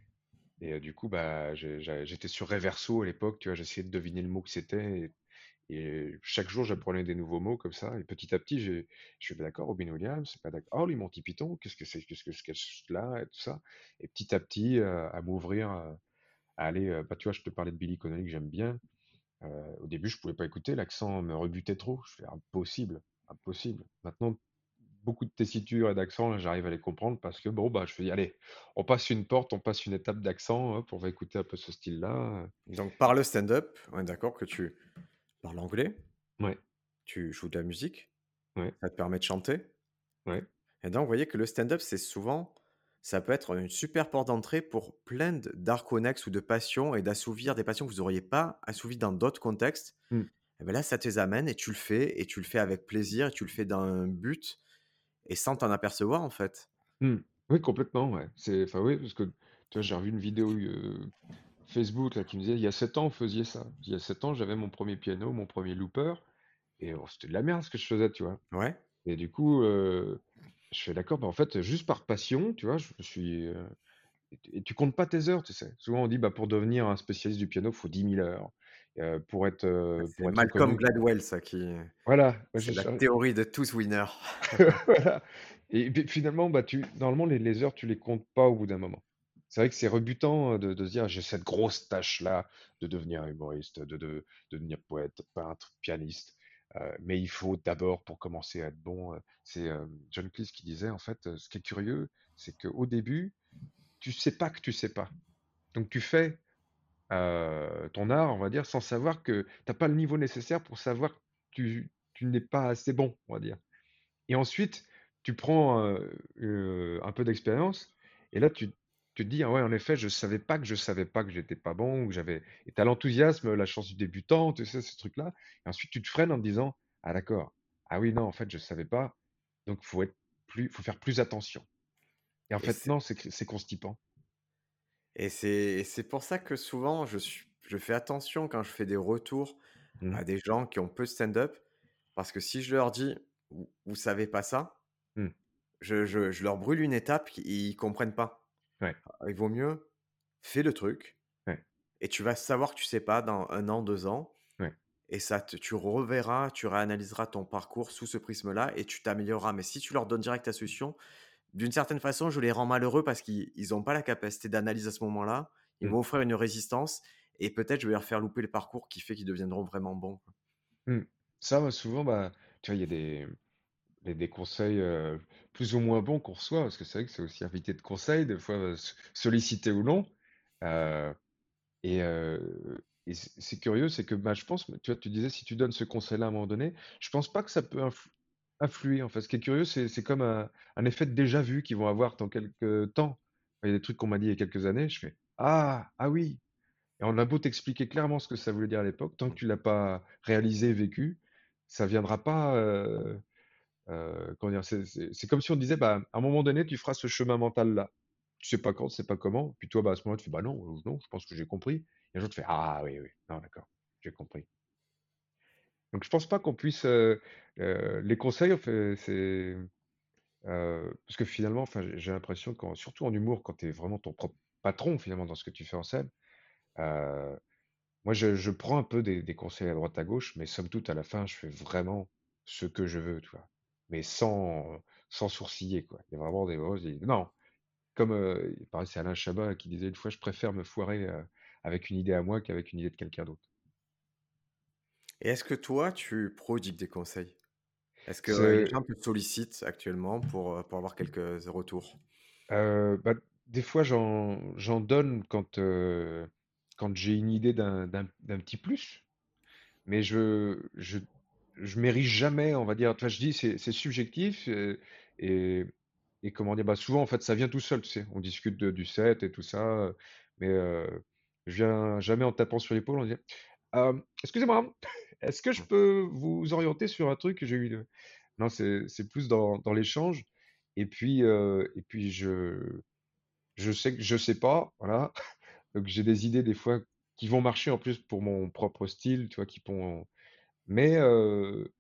Et euh, du coup, bah, j'ai- j'ai- j'étais sur Reverso à l'époque, tu vois, j'essayais de deviner le mot que c'était. Et, et chaque jour, j'apprenais des nouveaux mots comme ça. Et petit à petit, j'ai, je suis d'accord, Robin Williams, c'est pas d'accord. Oh, les Monty Python, qu'est-ce que c'est, qu'est-ce que c'est que cela, et tout ça. Et petit à petit, euh, à m'ouvrir, euh, à aller, euh, bah, tu vois, je te parlais de Billy Connolly que j'aime bien. Euh, au début, je pouvais pas écouter, l'accent me rebutait trop. Je fais impossible, impossible. Maintenant, beaucoup de tessiture et d'accent, là, j'arrive à les comprendre parce que bon, bah, je fais, allez, on passe une porte, on passe une étape d'accent, hop, on va écouter un peu ce style-là.
Donc par le stand-up, on est d'accord que tu parles anglais,
Ouais,
tu joues de la musique,
ouais,
ça te permet de chanter.
ouais.
Et donc, vous voyez que le stand-up, c'est souvent, ça peut être une super porte d'entrée pour plein de- d'arts connexes ou de passions et d'assouvir des passions que vous n'auriez pas assouvies dans d'autres contextes.
Hmm,
Et ben là, ça te les amène et tu le fais et tu le fais avec plaisir et tu le fais dans un but et sans t'en apercevoir en fait.
hmm. Oui, complètement, ouais. C'est, enfin, oui, parce que tu vois, j'ai revu une vidéo euh, Facebook là, qui me disait, il y a sept ans, on faisait ça. Il y a sept ans, j'avais mon premier piano, mon premier looper, et oh, c'était de la merde ce que je faisais, tu vois.
Ouais.
Et du coup, euh, je fais d'accord, bah, en fait, juste par passion, tu vois, je me suis. euh, et, tu et tu comptes pas tes heures, tu sais. Souvent, on dit, bah, pour devenir un spécialiste du piano, il faut dix mille heures. Euh, pour être,
Ah,
euh,
c'est
pour être
Malcolm
reconnu.
Gladwell, ça qui.
Voilà, ouais,
C'est
c'est
la
ça.
théorie de tous winners.
Voilà. Et puis, finalement, bah, tu, normalement, les, les heures, tu les comptes pas au bout d'un moment. C'est vrai que c'est rebutant euh, de, de se dire, j'ai cette grosse tâche-là de devenir humoriste, de, de, de devenir poète, peintre, pianiste. Euh, mais il faut d'abord, pour commencer à être bon, euh, c'est euh, John Cleese qui disait, en fait, euh, ce qui est curieux, c'est qu'au début, tu sais pas que tu sais pas. Donc tu fais euh, ton art, on va dire, sans savoir que t'as pas le niveau nécessaire pour savoir que tu, tu n'es pas assez bon, on va dire. Et ensuite, tu prends euh, euh, un peu d'expérience, et là, tu, tu te dis, ah ouais, en effet, je savais pas que je savais pas que j'étais pas bon, ou que j'avais. Et t'as l'enthousiasme, la chance du débutant, tu sais, ce truc-là. Et ensuite, tu te freines en te disant, ah d'accord, ah oui, non, en fait, je savais pas, donc faut être plus, faut faire plus attention. Et en
Et
fait,
c'est
non, c'est c'est constipant.
et c'est et c'est pour ça que souvent je suis je fais attention quand je fais des retours
Mhm.
à des gens qui ont peu de stand-up, parce que si je leur dis: «Vous vous savez pas ça»,
Mhm.
je je je leur brûle une étape, qui ils comprennent pas.
Ouais,
Il vaut mieux, fais le truc
ouais,
et tu vas savoir que tu sais pas dans un an, deux ans
ouais.
et ça te tu reverras, tu réanalyseras ton parcours sous ce prisme-là et tu t'amélioreras. Mais si tu leur donnes direct la solution, d'une certaine façon, je les rends malheureux parce qu'ils ils ont pas la capacité d'analyse à ce moment-là. Ils
Mhm.
vont offrir une résistance et peut-être je vais leur faire louper le parcours qui fait qu'ils deviendront vraiment bons, quoi.
Mhm. Ça, ouais, souvent, bah, tu vois, il y a des, des, des conseils euh, plus ou moins bons qu'on reçoit, parce que c'est vrai que c'est aussi invité de conseils, des fois euh, s- sollicité ou non. Euh, et euh, et c'est c'est curieux, c'est que bah, je pense, tu vois, tu disais si tu donnes ce conseil-là à un moment donné, je pense pas que ça peut influer. influer, en fait. Ce qui est curieux, c'est c'est comme un un effet de déjà vu qu'ils vont avoir dans quelque temps. Il y a des trucs qu'on m'a dit il y a quelques années, je fais: «Ah! Ah oui!» et on a beau t'expliquer clairement ce que ça voulait dire à l'époque, tant que tu l'as pas réalisé, vécu, ça viendra pas, heu heu, comment dire? C'est c'est c'est comme si on disait: «Bah, à un moment donné, tu feras ce chemin mental-là». Tu sais pas quand, tu sais pas comment, puis toi, bah, à ce moment-là, tu fais: «Bah non, heu, non, je pense que j'ai compris» et un jour tu fais: «Ah oui, oui, non, d'accord, j'ai compris». Donc je pense pas qu'on puisse, heu heu, les conseils, en fait, c'est, heu, parce que finalement, enfin, j'ai j'ai l'impression qu'en surtout en humour, quand tu es vraiment ton propre patron, finalement, dans ce que tu fais en scène, heu, moi, je je prends un peu des des conseils à droite à gauche, mais somme toute, à la fin, je fais vraiment ce que je veux, tu vois? Mais sans sans sourciller, quoi. Il y a vraiment des moments où je dis: «Non!» comme, heu, il paraît, c'est Alain Chabat qui disait une fois: «Je préfère me foirer, heu, avec une idée à moi qu'avec une idée de quelqu'un d'autre».
Et est-ce que toi, tu prodigues des conseils? Est-ce que, heu, les
C'est
gens te sollicitent actuellement pour, heu, pour avoir quelques retours?
Heu, bah, des fois, j'en j'en donne quand, heu, quand j'ai une idée d'un d'un d'un petit plus, mais je je je m'érige jamais, on va dire, tu vois? Je dis: «C'est c'est subjectif», heu et et comment dire? Bah, souvent, en fait, ça vient tout seul, tu sais? On discute de du set et tout ça, heu, mais heu, je viens jamais en tapant sur l'épaule en disant: «Hem, excusez-moi, est-ce que je
Mmh.
peux vous orienter sur un truc que j'ai eu de» non, c'est c'est plus dans dans l'échange et puis, heu et puis je je sais que je sais pas, voilà, donc j'ai des idées des fois qui vont marcher en plus pour mon propre style, tu vois? Qui vont mais heu,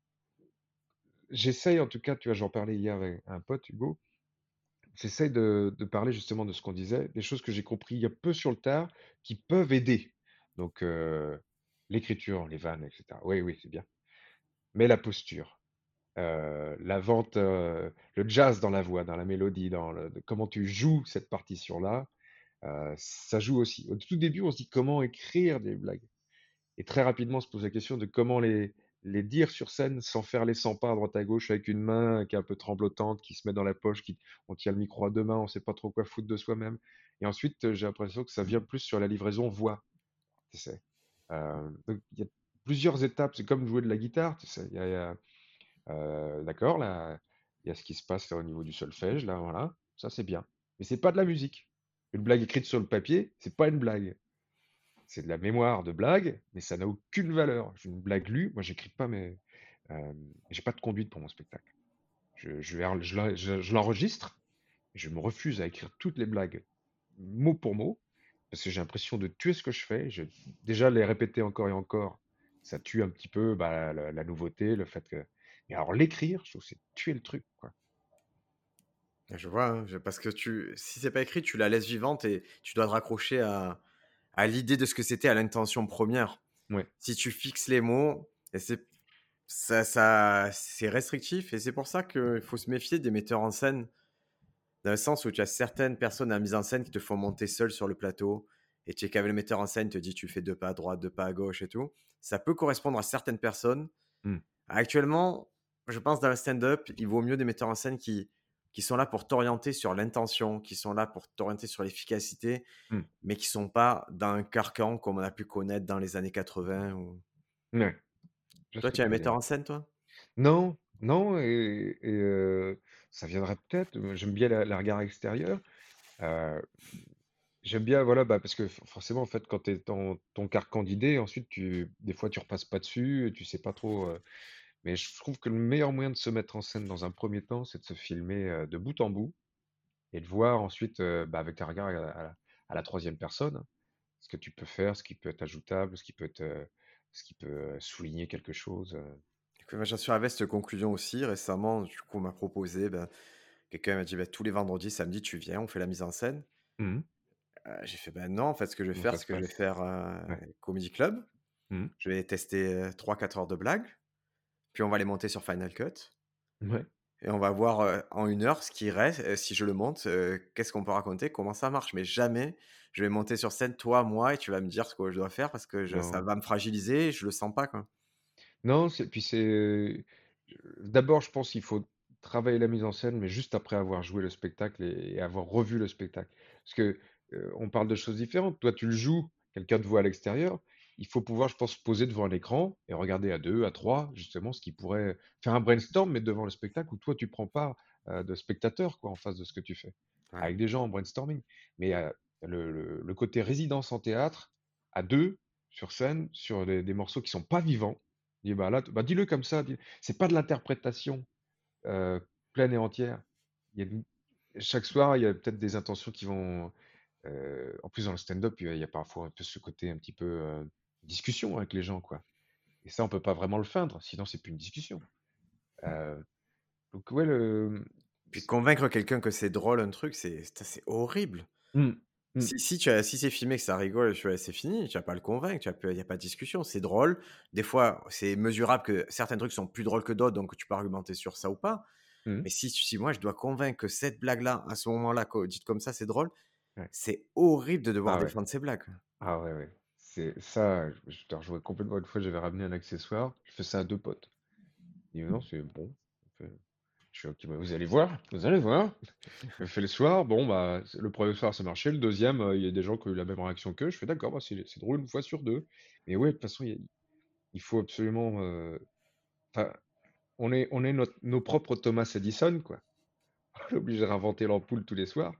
j'essaye en tout cas, tu vois? J'en parlais hier avec un pote, Hugo, j'essaye de de parler justement de ce qu'on disait, des choses que j'ai compris un peu sur le tard, qui peuvent aider. Donc heu, l'écriture, les vannes et cetera. Oui, oui, c'est bien. Mais la posture, heu, la vente, heu, le jazz dans la voix, dans la mélodie, dans le comment tu joues cette partition-là, heu, ça joue aussi. Au tout début, on se dit: «Comment écrire des blagues?» et très rapidement, on se pose la question de comment les les dire sur scène sans faire les cent pas à droite à gauche avec une main qui est un peu tremblotante, qui se met dans la poche, qui on tient le micro à deux mains, on sait pas trop quoi foutre de soi-même et ensuite, heu, j'ai l'impression que ça vient plus sur la livraison voix, tu sais? Heu, donc il y a plusieurs étapes, c'est comme jouer de la guitare, tu sais? Il y a il y a, heu, d'accord, là, il y a ce qui se passe là au niveau du solfège, là, voilà, ça c'est bien. Mais c'est pas de la musique. Une blague écrite sur le papier, c'est pas une blague. C'est de la mémoire de blague, mais ça n'a aucune valeur. J'ai une blague lue, moi j'écris pas mes, hem, j'ai pas de conduite pour mon spectacle. Je je vais je l'en je je l'enregistre, je me refuse à écrire toutes les blagues mot pour mot, parce que j'ai l'impression de tuer ce que je fais. Je déjà les répéter encore et encore, ça tue un petit peu, bah, la la nouveauté, le fait que mais alors l'écrire, je trouve que c'est tuer le truc, quoi.
Je vois, hein, je parce que tu si c'est pas écrit, tu la laisses vivante et tu dois te raccrocher à à l'idée de ce que c'était, à l'intention première.
Ouais.
Si tu fixes les mots et c'est ça ça c'est restrictif et c'est pour ça qu'il faut se méfier des metteurs en scène, dans le sens où tu as certaines personnes à la mise en scène qui te font monter seul sur le plateau et tu es qu'avec le metteur en scène te dit: «Tu fais deux pas à droite, deux pas à gauche» et tout. Ça peut correspondre à certaines personnes.
Mmh.
Actuellement, je pense dans le stand-up, il vaut mieux des metteurs en scène qui qui sont là pour t'orienter sur l'intention, qui sont là pour t'orienter sur l'efficacité,
Mmh.
mais qui sont pas dans un carcan comme on a pu connaître dans les années quatre-vingts ou
Ouais, je vois ce
toi,
que
tu es un
tu veux dire.
metteur en scène, toi?
Non, non et et heu, ça viendrait peut-être, heu, j'aime bien la la regard extérieur. Heu, j'aime bien, voilà, bah, parce que f forcément, en fait, quand tu es dans ton carcan d'idées, ensuite tu des fois, tu repasses pas dessus et tu sais pas trop, heu mais je trouve que le meilleur moyen de se mettre en scène dans un premier temps, c'est de se filmer, heu, de bout en bout et de voir ensuite, heu, bah, avec un regard à la à la à la troisième personne, hein, ce que tu peux faire, ce qui peut être ajoutable, ce qui peut être, heu, ce qui peut, heu, souligner quelque chose, heu.
Que moi, j'en suis arrivé à cette conclusion aussi récemment. Du coup, on m'a proposé, ben, quelqu'un m'a dit: «Bah, tous les vendredis, samedis, tu viens, on fait la mise en scène».
Mmh mh.
Heu, j'ai fait: «Ben, non, en fait, ce que je vais
Comment
faire,
ça
c'est
se
que je vais
passe?
faire, heu,
Ouais.
comedy club.
Mmh mh.
Je vais tester, heu, trois quatre heures de blagues, puis on va les monter sur Final Cut
Mouais.
et on va voir, heu, en une heure ce qui reste, heu, si je le monte, heu, qu'est-ce qu'on peut raconter, comment ça marche. Mais jamais je vais monter sur scène, toi, moi et tu vas me dire ce que je dois faire parce que je ça
Non.
va me fragiliser et je le sens pas, quoi».
Non, c'est puis c'est, heu, d'abord, je pense qu'il faut travailler la mise en scène, mais juste après avoir joué le spectacle et et avoir revu le spectacle. Parce que, heu, on parle de choses différentes. Toi, tu le joues, quelqu'un te voit à l'extérieur. il faut pouvoir, je pense, se poser devant un écran et regarder à deux, à trois, justement, ce qui pourrait faire un brainstorm, mais devant le spectacle où toi, tu prends part euh, de spectateur, quoi, en face de ce que tu fais,
Ouais.
avec des gens en brainstorming. Mais euh, le, le- le côté résidence en théâtre, à deux, sur scène, sur des, des morceaux qui sont pas vivants, dis, bah là, t- bah, dis-le comme ça, dis- c'est pas de l'interprétation euh, pleine et entière. Il y a une- Chaque soir, il y a peut-être des intentions qui vont. Euh, en plus, dans le stand-up, il y a il y a parfois un peu ce côté un petit peu euh, discussion avec les gens, quoi. Et ça, on peut pas vraiment le feindre, sinon c'est plus une discussion. Euh, donc ouais, le.
Puis convaincre quelqu'un que c'est drôle un truc, c'est c'est c'est horrible.
Mm, mm,
Si si tu as si c'est filmé, que ça rigole, tu vois, c'est fini, tu vas pas le convaincre, tu as il y a pas de discussion, c'est drôle. Des fois, c'est mesurable que certains trucs sont plus drôles que d'autres, donc tu peux argumenter sur ça ou pas.
mm.
Mais si si moi je dois convaincre que cette blague-là, à ce moment-là, co dite comme ça, c'est drôle,
Ouais.
c'est horrible de devoir
Ah ouais,
défendre ces blagues.
ah ouais, ouais. C'est ça, je, je te rejoins complètement. Une fois, j'avais ramené un accessoire, je fais ça à deux potes. Ils me disent, non, c'est bon. Je suis ok, bah, vous allez voir, vous allez voir. Je fais le soir, bon, bah, c'est- le premier soir ça marchait, le deuxième, euh, il y a des gens qui ont eu la même réaction qu'eux. Je fais d'accord, bah, c'est c'est drôle une fois sur deux. Mais ouais, de toute façon, il, y a- il faut absolument. euh, Enfin, on est, on est notre- nos propres Thomas Edison, quoi. On est obligé de réinventer l'ampoule tous les soirs.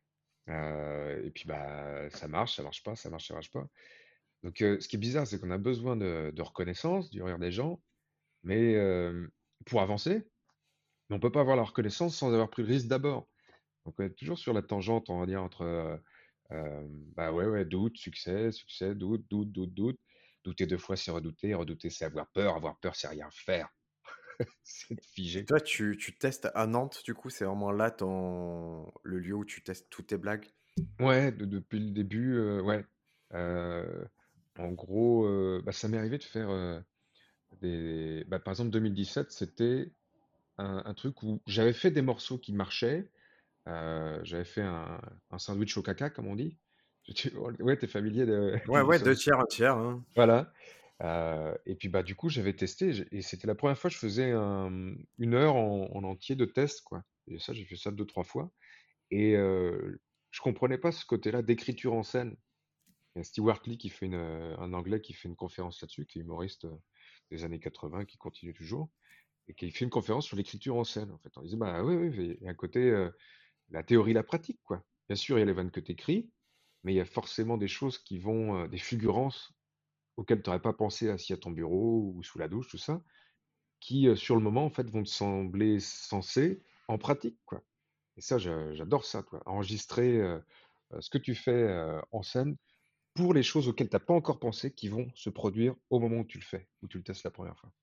Euh, et puis, bah, ça marche, ça marche pas, ça marche, ça marche pas. Donc, euh, ce qui est bizarre, c'est qu'on a besoin de, de reconnaissance du rire des gens, mais euh, pour avancer, mais on peut pas avoir la reconnaissance sans avoir pris le risque d'abord. Donc, on est toujours sur la tangente, on va dire, entre euh, euh, bah ouais, ouais, doute, succès, succès, doute, doute, doute, doute. Douter deux fois, c'est redouter. Redouter, c'est avoir peur. Avoir peur, c'est rien faire. C'est de
Et
figer.
toi, tu tu testes à Nantes, du coup, c'est vraiment là ton le lieu où tu testes toutes tes blagues?
Ouais, de- depuis le début, euh, ouais. Euh, en gros, euh, bah, ça m'est arrivé de faire euh, des. Bah, par exemple, deux mille dix-sept, c'était un, un truc où j'avais fait des morceaux qui marchaient. Euh, j'avais fait un, un sandwich au caca, comme on dit. Tu- Ouais, t'es familier de-
Ouais,
du, du
ouais, deux
sandwich.
tiers, un tiers, hein.
Voilà. Euh, et puis bah du coup j'avais testé j'ai- et c'était la première fois que je faisais un- une heure en, en entier de test quoi. Et ça j'ai fait ça deux trois fois et euh, je comprenais pas ce côté-là d'écriture en scène. Il y a Stewart Lee qui fait une, euh, un anglais qui fait une conférence là-dessus, qui est humoriste euh, des années quatre-vingts, qui continue toujours et qui fait une conférence sur l'écriture en scène en fait. On disait bah oui oui il y a un côté euh, la théorie la pratique quoi. Bien sûr il y a les vannes que t'écris, mais il y a forcément des choses qui vont euh, des fulgurances auxquelles tu n'aurais pas pensé assis à ton bureau ou sous la douche, tout ça, qui, euh, sur le moment, en fait, vont te sembler sensés en pratique, quoi. Et ça, j'a- j'adore ça, toi. Enregistrer euh, euh, ce que tu fais euh, en scène pour les choses auxquelles tu n'as pas encore pensé qui vont se produire au moment où tu le fais, où tu le testes la première fois.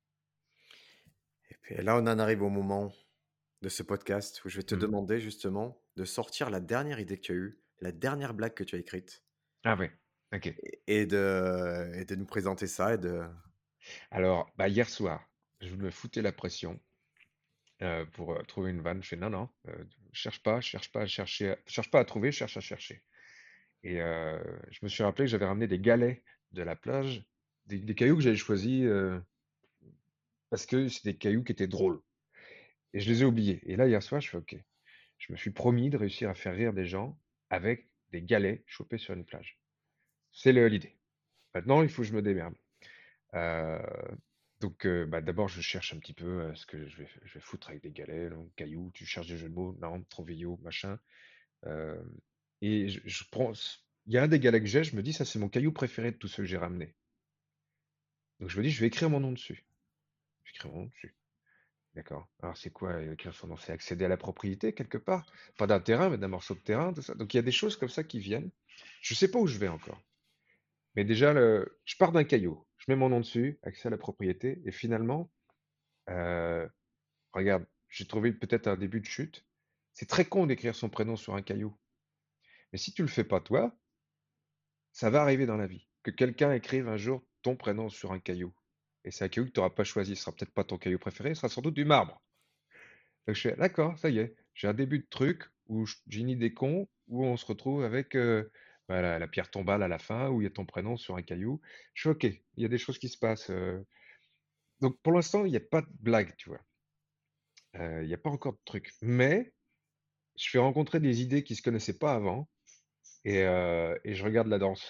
Et puis là, on en arrive au moment de ce podcast où je vais te
Mhm.
demander justement de sortir la dernière idée que tu as eue, la dernière blague que tu as écrite
Ah ouais, ok.
et et de et de nous présenter ça et de
Alors, bah, hier soir, je me foutais la pression euh, pour euh, trouver une vanne. Je fais non, non, euh, cherche pas, cherche pas à chercher, cherche pas à trouver, cherche à chercher. Et euh, je me suis rappelé que j'avais ramené des galets de la plage, des, des cailloux que j'avais choisis euh, parce que c'est des cailloux qui étaient drôles. Et je les ai oubliés. Et là, hier soir, je fais OK. Je me suis promis de réussir à faire rire des gens avec des galets chopés sur une plage. C'est le- l'idée. Maintenant, il faut que je me démerde. Euh, donc, euh, bah, d'abord, je cherche un petit peu euh, ce que je vais, je vais foutre avec des galets, donc cailloux. Tu cherches des jeux de mots, non, trop vieillot, machin. Euh, et je, je prends. Il y a un des galets que j'ai, je me dis, ça, c'est mon caillou préféré de tous ceux que j'ai ramenés. Donc je me dis, je vais écrire mon nom dessus. J'écris mon nom dessus. D'accord. Alors c'est quoi euh, écrire son nom? C'est accéder à la propriété quelque part. Pas d'un terrain, mais d'un morceau de terrain, tout ça. Donc il y a des choses comme ça qui viennent. Je sais pas où je vais encore. Mais déjà, le... je pars d'un caillou. Je mets mon nom dessus, accès à la propriété. Et finalement, euh, regarde, j'ai trouvé peut-être un début de chute. C'est très con d'écrire son prénom sur un caillou. Mais si tu le fais pas toi, ça va arriver dans la vie. Que quelqu'un écrive un jour ton prénom sur un caillou. Et c'est un caillou que tu n'auras pas choisi. Ce sera peut-être pas ton caillou préféré, ce sera sans doute du marbre. Donc je fais, d'accord, ça y est, j'ai un début de truc où je- j'ai une idée con, où on se retrouve avec euh, bah, la, la pierre tombale à la fin, où il y a ton prénom sur un caillou. Je suis ok, il y a des choses qui se passent. euh. Donc pour l'instant, il n'y a pas de blague, tu vois. Euh, Il n'y a pas encore de truc. Mais je fais rencontrer des idées qui ne se connaissaient pas avant, et, euh, et je regarde la danse.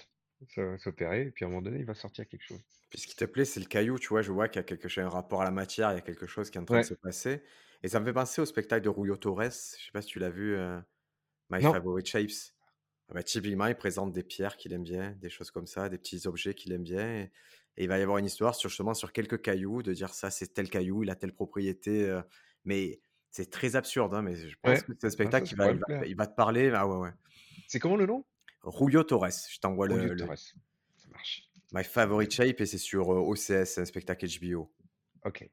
ça va s'opérer et puis à un moment donné, il va sortir quelque chose.
Puis ce qui te plaît, c'est le caillou, tu vois? Je vois qu'il y a quelque chose, un rapport à la matière, il y a quelque chose qui est en train de
Ouais.
se passer et ça me fait penser au spectacle de Rullo Torres, je sais pas si tu l'as vu, heu, My
Non.
Favorite Shapes? Ah bah, typiquement, il présente des pierres qu'il aime bien, des choses comme ça, des petits objets qu'il aime bien et et il va y avoir une histoire sur justement sur quelques cailloux, de dire ça, c'est tel caillou, il a telle propriété, heu, mais c'est très absurde, hein, mais je pense
Ouais.
que c'est un
Ah ça,
spectacle
ça
qui va
pourrait
il
me
va
plaire.
il va te parler. Ah ouais, ouais.
C'est comment le nom?
Julio Torres, je t'envoie
Julio
le le
Torres. Ça marche.
My
Je
Favorite
regarde.
Shape et c'est sur, heu, O C S, c'est un spectacle H B O
OK.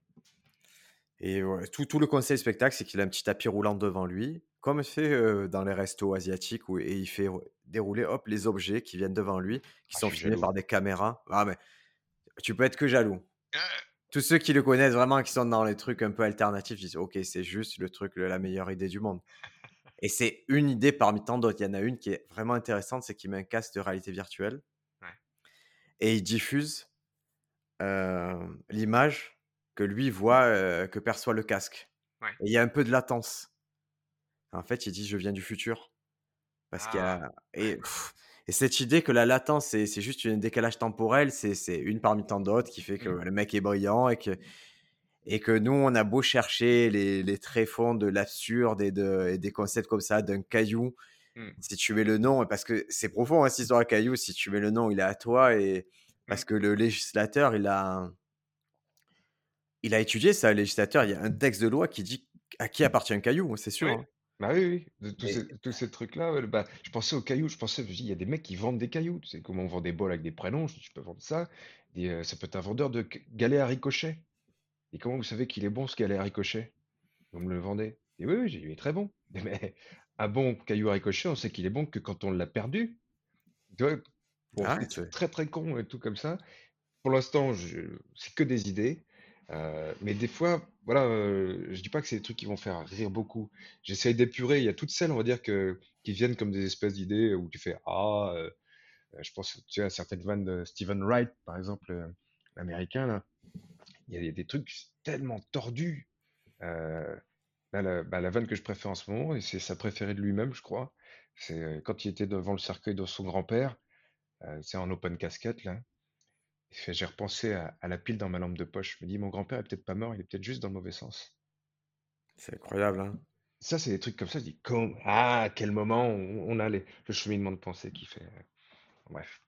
et ouais, tout tout le concept du spectacle, c'est qu'il a un petit tapis roulant devant lui, comme fait, heu, dans les restos asiatiques où et il fait r dérouler, hop, les objets qui viennent devant lui, qui
Ah, je
sont
suis
filmés
jaloux.
par des caméras. Ah mais tu peux être que jaloux. Tous ceux qui le connaissent vraiment, qui sont dans les trucs un peu alternatifs, disent: «OK, c'est juste le truc, le la meilleure idée du monde» et c'est une idée parmi tant d'autres. Il y en a une qui est vraiment intéressante, c'est qu'il met un casque de réalité virtuelle
Ouais.
et il diffuse, hem, l'image que lui voit, heu, que perçoit le casque
Ouais.
et il y a un peu de latence. En fait, il dit: «Je viens du futur» parce qu'il y
Ah!
a
Ouais.
et pff, et cette idée que la latence, c'est c'est juste un décalage temporel, c'est c'est une parmi tant d'autres qui fait que
Mmh.
le mec est brillant et que Et que nous, on a beau chercher les les tréfonds de l'absurde et de et des concepts comme ça, d'un caillou,
Mmh.
si tu mets le nom parce que c'est profond, hein, cette histoire de caillou, si tu mets le nom, il est à toi et
Mmh.
parce que le législateur, il a il a étudié ça, le législateur, il y a un texte de loi qui dit à qui appartient un caillou, c'est sûr,
Ouais.
hein.
Bah, oui, oui, de tous
Et
ces tous ces trucs-là, ouais, bah, je pensais aux cailloux, je pensais, je me dis: «Il y a des mecs qui vendent des cailloux». Tu sais, comment on vend des bols avec des prénoms, je dis: «Tu peux vendre ça». Et heu, ça peut être un vendeur de q galets à ricochet. «Et comment vous savez qu'il est bon ce galet à ricochet? Vous me le vendez?» Et «Oui, oui», j'ai dit: «Il est très bon». Mais un bon caillou à ricochet, on sait qu'il est bon que quand on l'a perdu. Tu vois? Bon,
ah,
des trucs
c'est
très, très cons et tout comme ça. Pour l'instant, je c'est que des idées, heu, mais des fois, voilà, heu, je dis pas que c'est des trucs qui vont faire rire beaucoup. J'essaye d'épurer. Il y a toutes celles, on va dire, que qui viennent comme des espèces d'idées où tu fais: «Ah», heu, je pense, tu sais, à certaines vannes de Steven Wright, par exemple, heu, l'américain là. Il y a des des trucs tellement tordus. Heu, là, la bah, la vanne que je préfère en ce moment et c'est sa préférée de lui-même, je crois, c'est, heu, quand il était devant le cercueil de son grand-père, heu, c'est en open casket là. Il fait: «J'ai repensé à à la pile dans ma lampe de poche». Je me dis: «Mon grand-père est peut-être pas mort, il est peut-être juste dans le mauvais sens».
c'est incroyable, hein.
Ça, c'est des trucs comme ça, je dis: «Com ah, à quel moment on on a les le cheminement de pensée qui fait» heu, bref.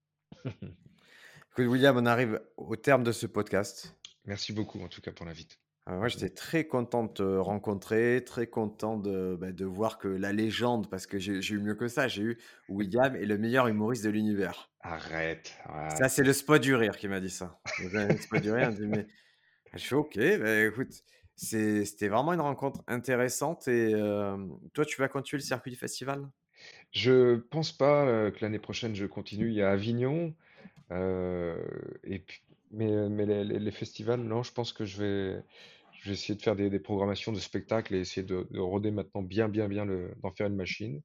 Écoute William, on arrive au terme de ce podcast.
Merci beaucoup en tout cas pour l'invite
Alors moi, j'étais
invitation.
très content de te rencontrer, très content de, bah, de voir que la légende, parce que j'ai j'ai eu mieux que ça, j'ai eu William est le meilleur humoriste de l'univers.
Arrête,
Ça,
ah,
c'est le spot du rire qui m'a dit ça. Donc, heu, le spot du rire, il me dit: «Mais» je fais: «OK, bah, écoute, c'est c'était vraiment une rencontre intéressante et hem, toi, tu vas continuer le circuit du festival?»
je pense pas, heu, que l'année prochaine je continue. Il y a Avignon, heu et puis mais mais les les les festivals, non, je pense que je vais je vais essayer de faire des des programmations de spectacles et essayer de de roder maintenant bien, bien, bien le d'en faire une machine.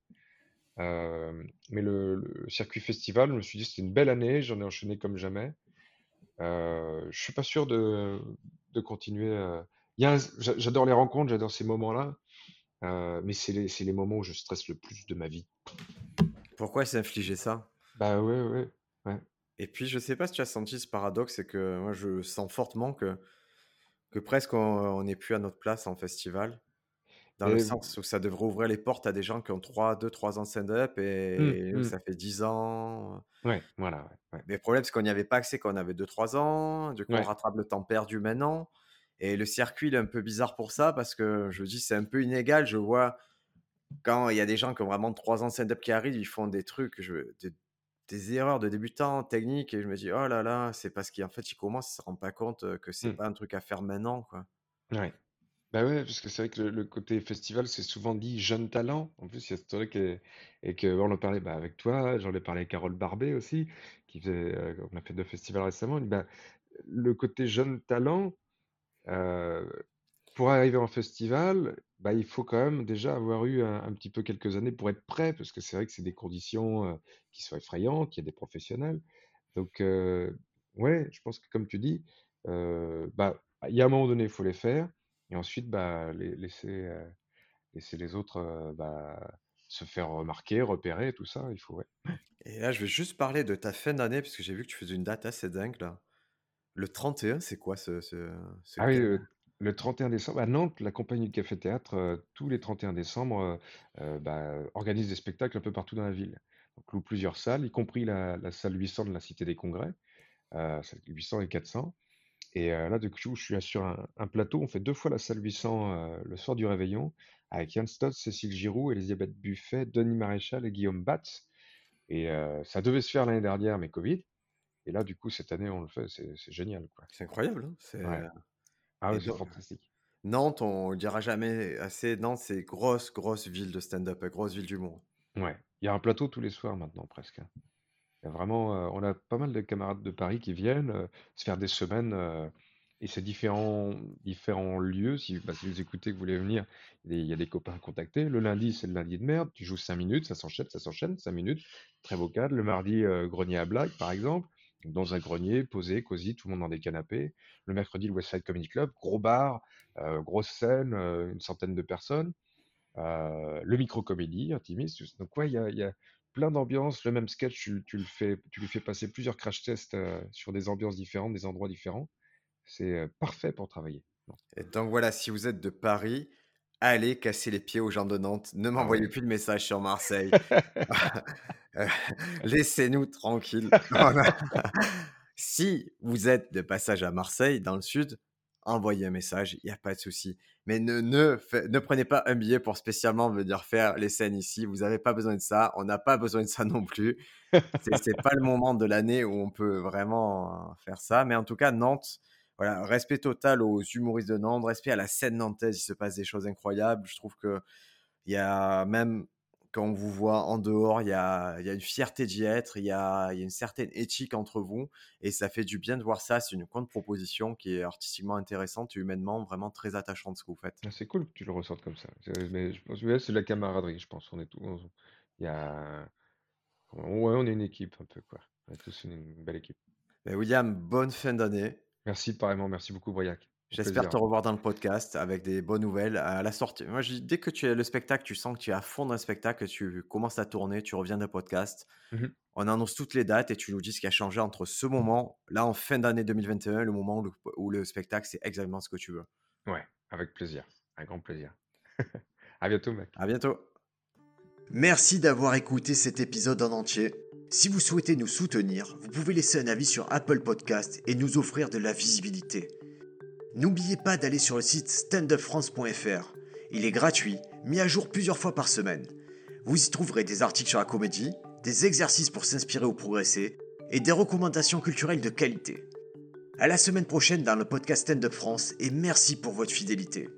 Hem, mais le le circuit festival, je me suis dit: «C'était une belle année», j'en ai enchaîné comme jamais. Heu, je suis pas sûr de de continuer, heu, il y a un j'a j'adore les rencontres, j'adore ces moments-là, heu, mais c'est les c'est les moments où je stresse le plus de ma vie.
Pourquoi il s'est infligé ça?
Bah, ouais, ouais, ouais.
Et puis, je sais pas si tu as senti ce paradoxe, c'est que moi, je sens fortement que que presque on on n'est plus à notre place en festival. Dans le
Mais
sens où ça devrait ouvrir les portes à des gens qui ont trois, deux, trois ans de stand-up
mmh,
et nous,
mmh,
ça fait dix ans.
ouais, voilà, ouais, ouais,
Mais le problème, c'est qu'on n'y avait pas accès quand on avait deux, trois ans. Du coup, on
ouais,
rattrape le temps perdu maintenant. Et le circuit, il est un peu bizarre pour ça parce que je me dis, c'est un peu inégal. Je vois quand il y a des gens qui ont vraiment trois ans de stand-up qui arrivent, ils font des trucs, je, des, des erreurs de débutants techniques et je me dis, oh là là, c'est parce qu'en fait, ils commencent, ils ne se rendent pas compte euh, que c'est
mmh,
pas un truc à faire maintenant, quoi.
ouais. Bah, ouais, parce que c'est vrai que le le côté festival, c'est souvent dit jeune talent. En plus, il y a ce truc et et qu'on en parlait, bah, avec toi, j'en ai parlé avec Carole Barbet aussi, qui faisait, heu, on a fait deux festivals récemment. Elle dit: «Bah, le côté jeune talent, heu, pour arriver en festival, bah, il faut quand même déjà avoir eu un un petit peu quelques années pour être prêt». Parce que c'est vrai que c'est des conditions, heu, qui sont effrayantes, il y a des professionnels. Donc heu, ouais, je pense que comme tu dis, heu, bah, il y a un moment donné, il faut les faire et ensuite, bah, les laisser, heu, laisser les autres, heu, bah, se faire remarquer, repérer, tout ça, il faut, ouais.
Et là, je vais juste parler de ta fin d'année, parce que j'ai vu que tu faisais une date assez dingue, là. Le trente et un, c'est quoi ce ce ce
Ah oui,
ga
le le trente et un décembre, à Nantes, la compagnie du Café Théâtre, heu, tous les trente et un décembre, heu heu, bah, organise des spectacles un peu partout dans la ville. Donc loue plusieurs salles, y compris la la salle huit cents de la Cité des Congrès, heu, c'est huit cents et quatre cents. Et heu, là, du coup, je suis sur un un plateau, on fait deux fois la salle huit cents, heu, le soir du réveillon, avec Yann Stott, Cécile Giroux, Élisabeth Buffet, Denis Maréchal et Guillaume Batz. Et heu, ça devait se faire l'année dernière, mais Covid. Et là, du coup, cette année, on le fait, c'est c'est génial, quoi.
c'est incroyable, hein, c'est,
Ouais. Ah
et
ouais, c'est
donc
fantastique.
Nantes, on le dira jamais assez, Nantes, c'est grosse, grosse ville de stand-up, heu, grosse ville d'humour.
Ouais. Il y a un plateau tous les soirs maintenant, presque, hein. Il y a vraiment, heu, on a pas mal de camarades de Paris qui viennent, heu, se faire des semaines, heu et c'est différents différents lieux. Si, bah, si vous écoutez, que vous voulez venir, il y a des il y a des copains à contacter. Le lundi, c'est le lundi de merde, tu joues cinq minutes, ça s'enchaîne, ça s'enchaîne, cinq minutes, très beau cadre. Le mardi, heu, grenier à blagues, par exemple, dans un grenier, posé, cosy, tout le monde dans des canapés. Le mercredi, le West Side Comedy Club, gros bar, heu, grosse scène, heu, une centaine de personnes. Heu, le micro-comédie, intimiste, juste donc ouais, il y a il y a plein d'ambiances. Le même sketch, tu tu le fais tu lui fais passer plusieurs crash tests, heu, sur des ambiances différentes, des endroits différents. C'est, heu, parfait pour travailler. Non.
Et donc voilà, si vous êtes de Paris, allez casser les pieds aux gens de Nantes. Ne
Ah
m'envoyez
ouais.
plus de messages sur Marseille. Heu, laissez-nous tranquilles. Voilà. Si vous êtes de passage à Marseille, dans le sud, envoyez un message, il y a pas de souci. Mais ne ne fai ne prenez pas un billet pour spécialement venir faire les scènes ici. Vous avez pas besoin de ça, on n'a pas besoin de ça non plus. C'est c'est pas le moment de l'année où on peut vraiment, heu, faire ça. Mais en tout cas, Nantes, voilà, respect total aux humoristes de Nantes, respect à la scène nantaise, il se passe des choses incroyables. Je trouve qu'il y a même quand on vous voit en dehors, il y a il y a une fierté d'y être, il y a il y a une certaine éthique entre vous et ça fait du bien de voir ça. C'est une contre-proposition qui est artistiquement intéressante et humainement vraiment très attachante, ce que vous faites.
Ah, c'est cool que tu le ressentes comme ça. C'est mais je pense, ouais, c'est de la camaraderie, je pense. On est tous on il y a ouais, on est une équipe un peu, quoi. On est tous une une belle équipe.
Beh, William, bonne fin d'année.
Merci, pareillement. Merci beaucoup, Briac. Au
J'espère te
plaisir.
revoir dans le podcast avec des bonnes nouvelles à la sortie. Moi, je dis, dès que tu as le spectacle, tu sens que tu es à fond dans le spectacle, que tu commences à tourner, tu reviens d'un podcast.
Mmh mh.
On annonce toutes les dates et tu nous dis ce qui a changé entre ce moment, là, en fin d'année deux mille vingt et un, le moment où le, où le spectacle, c'est exactement ce que tu veux.
Ouais, avec plaisir. Un grand plaisir. À bientôt, mec.
À bientôt.
Merci d'avoir écouté cet épisode en entier. Si vous souhaitez nous soutenir, vous pouvez laisser un avis sur Apple Podcast et nous offrir de la visibilité. N'oubliez pas d'aller sur le site stand up france point f r. Il est gratuit, mis à jour plusieurs fois par semaine. Vous y trouverez des articles sur la comédie, des exercices pour s'inspirer ou progresser, et des recommandations culturelles de qualité. À la semaine prochaine dans le podcast Stand Up France et merci pour votre fidélité.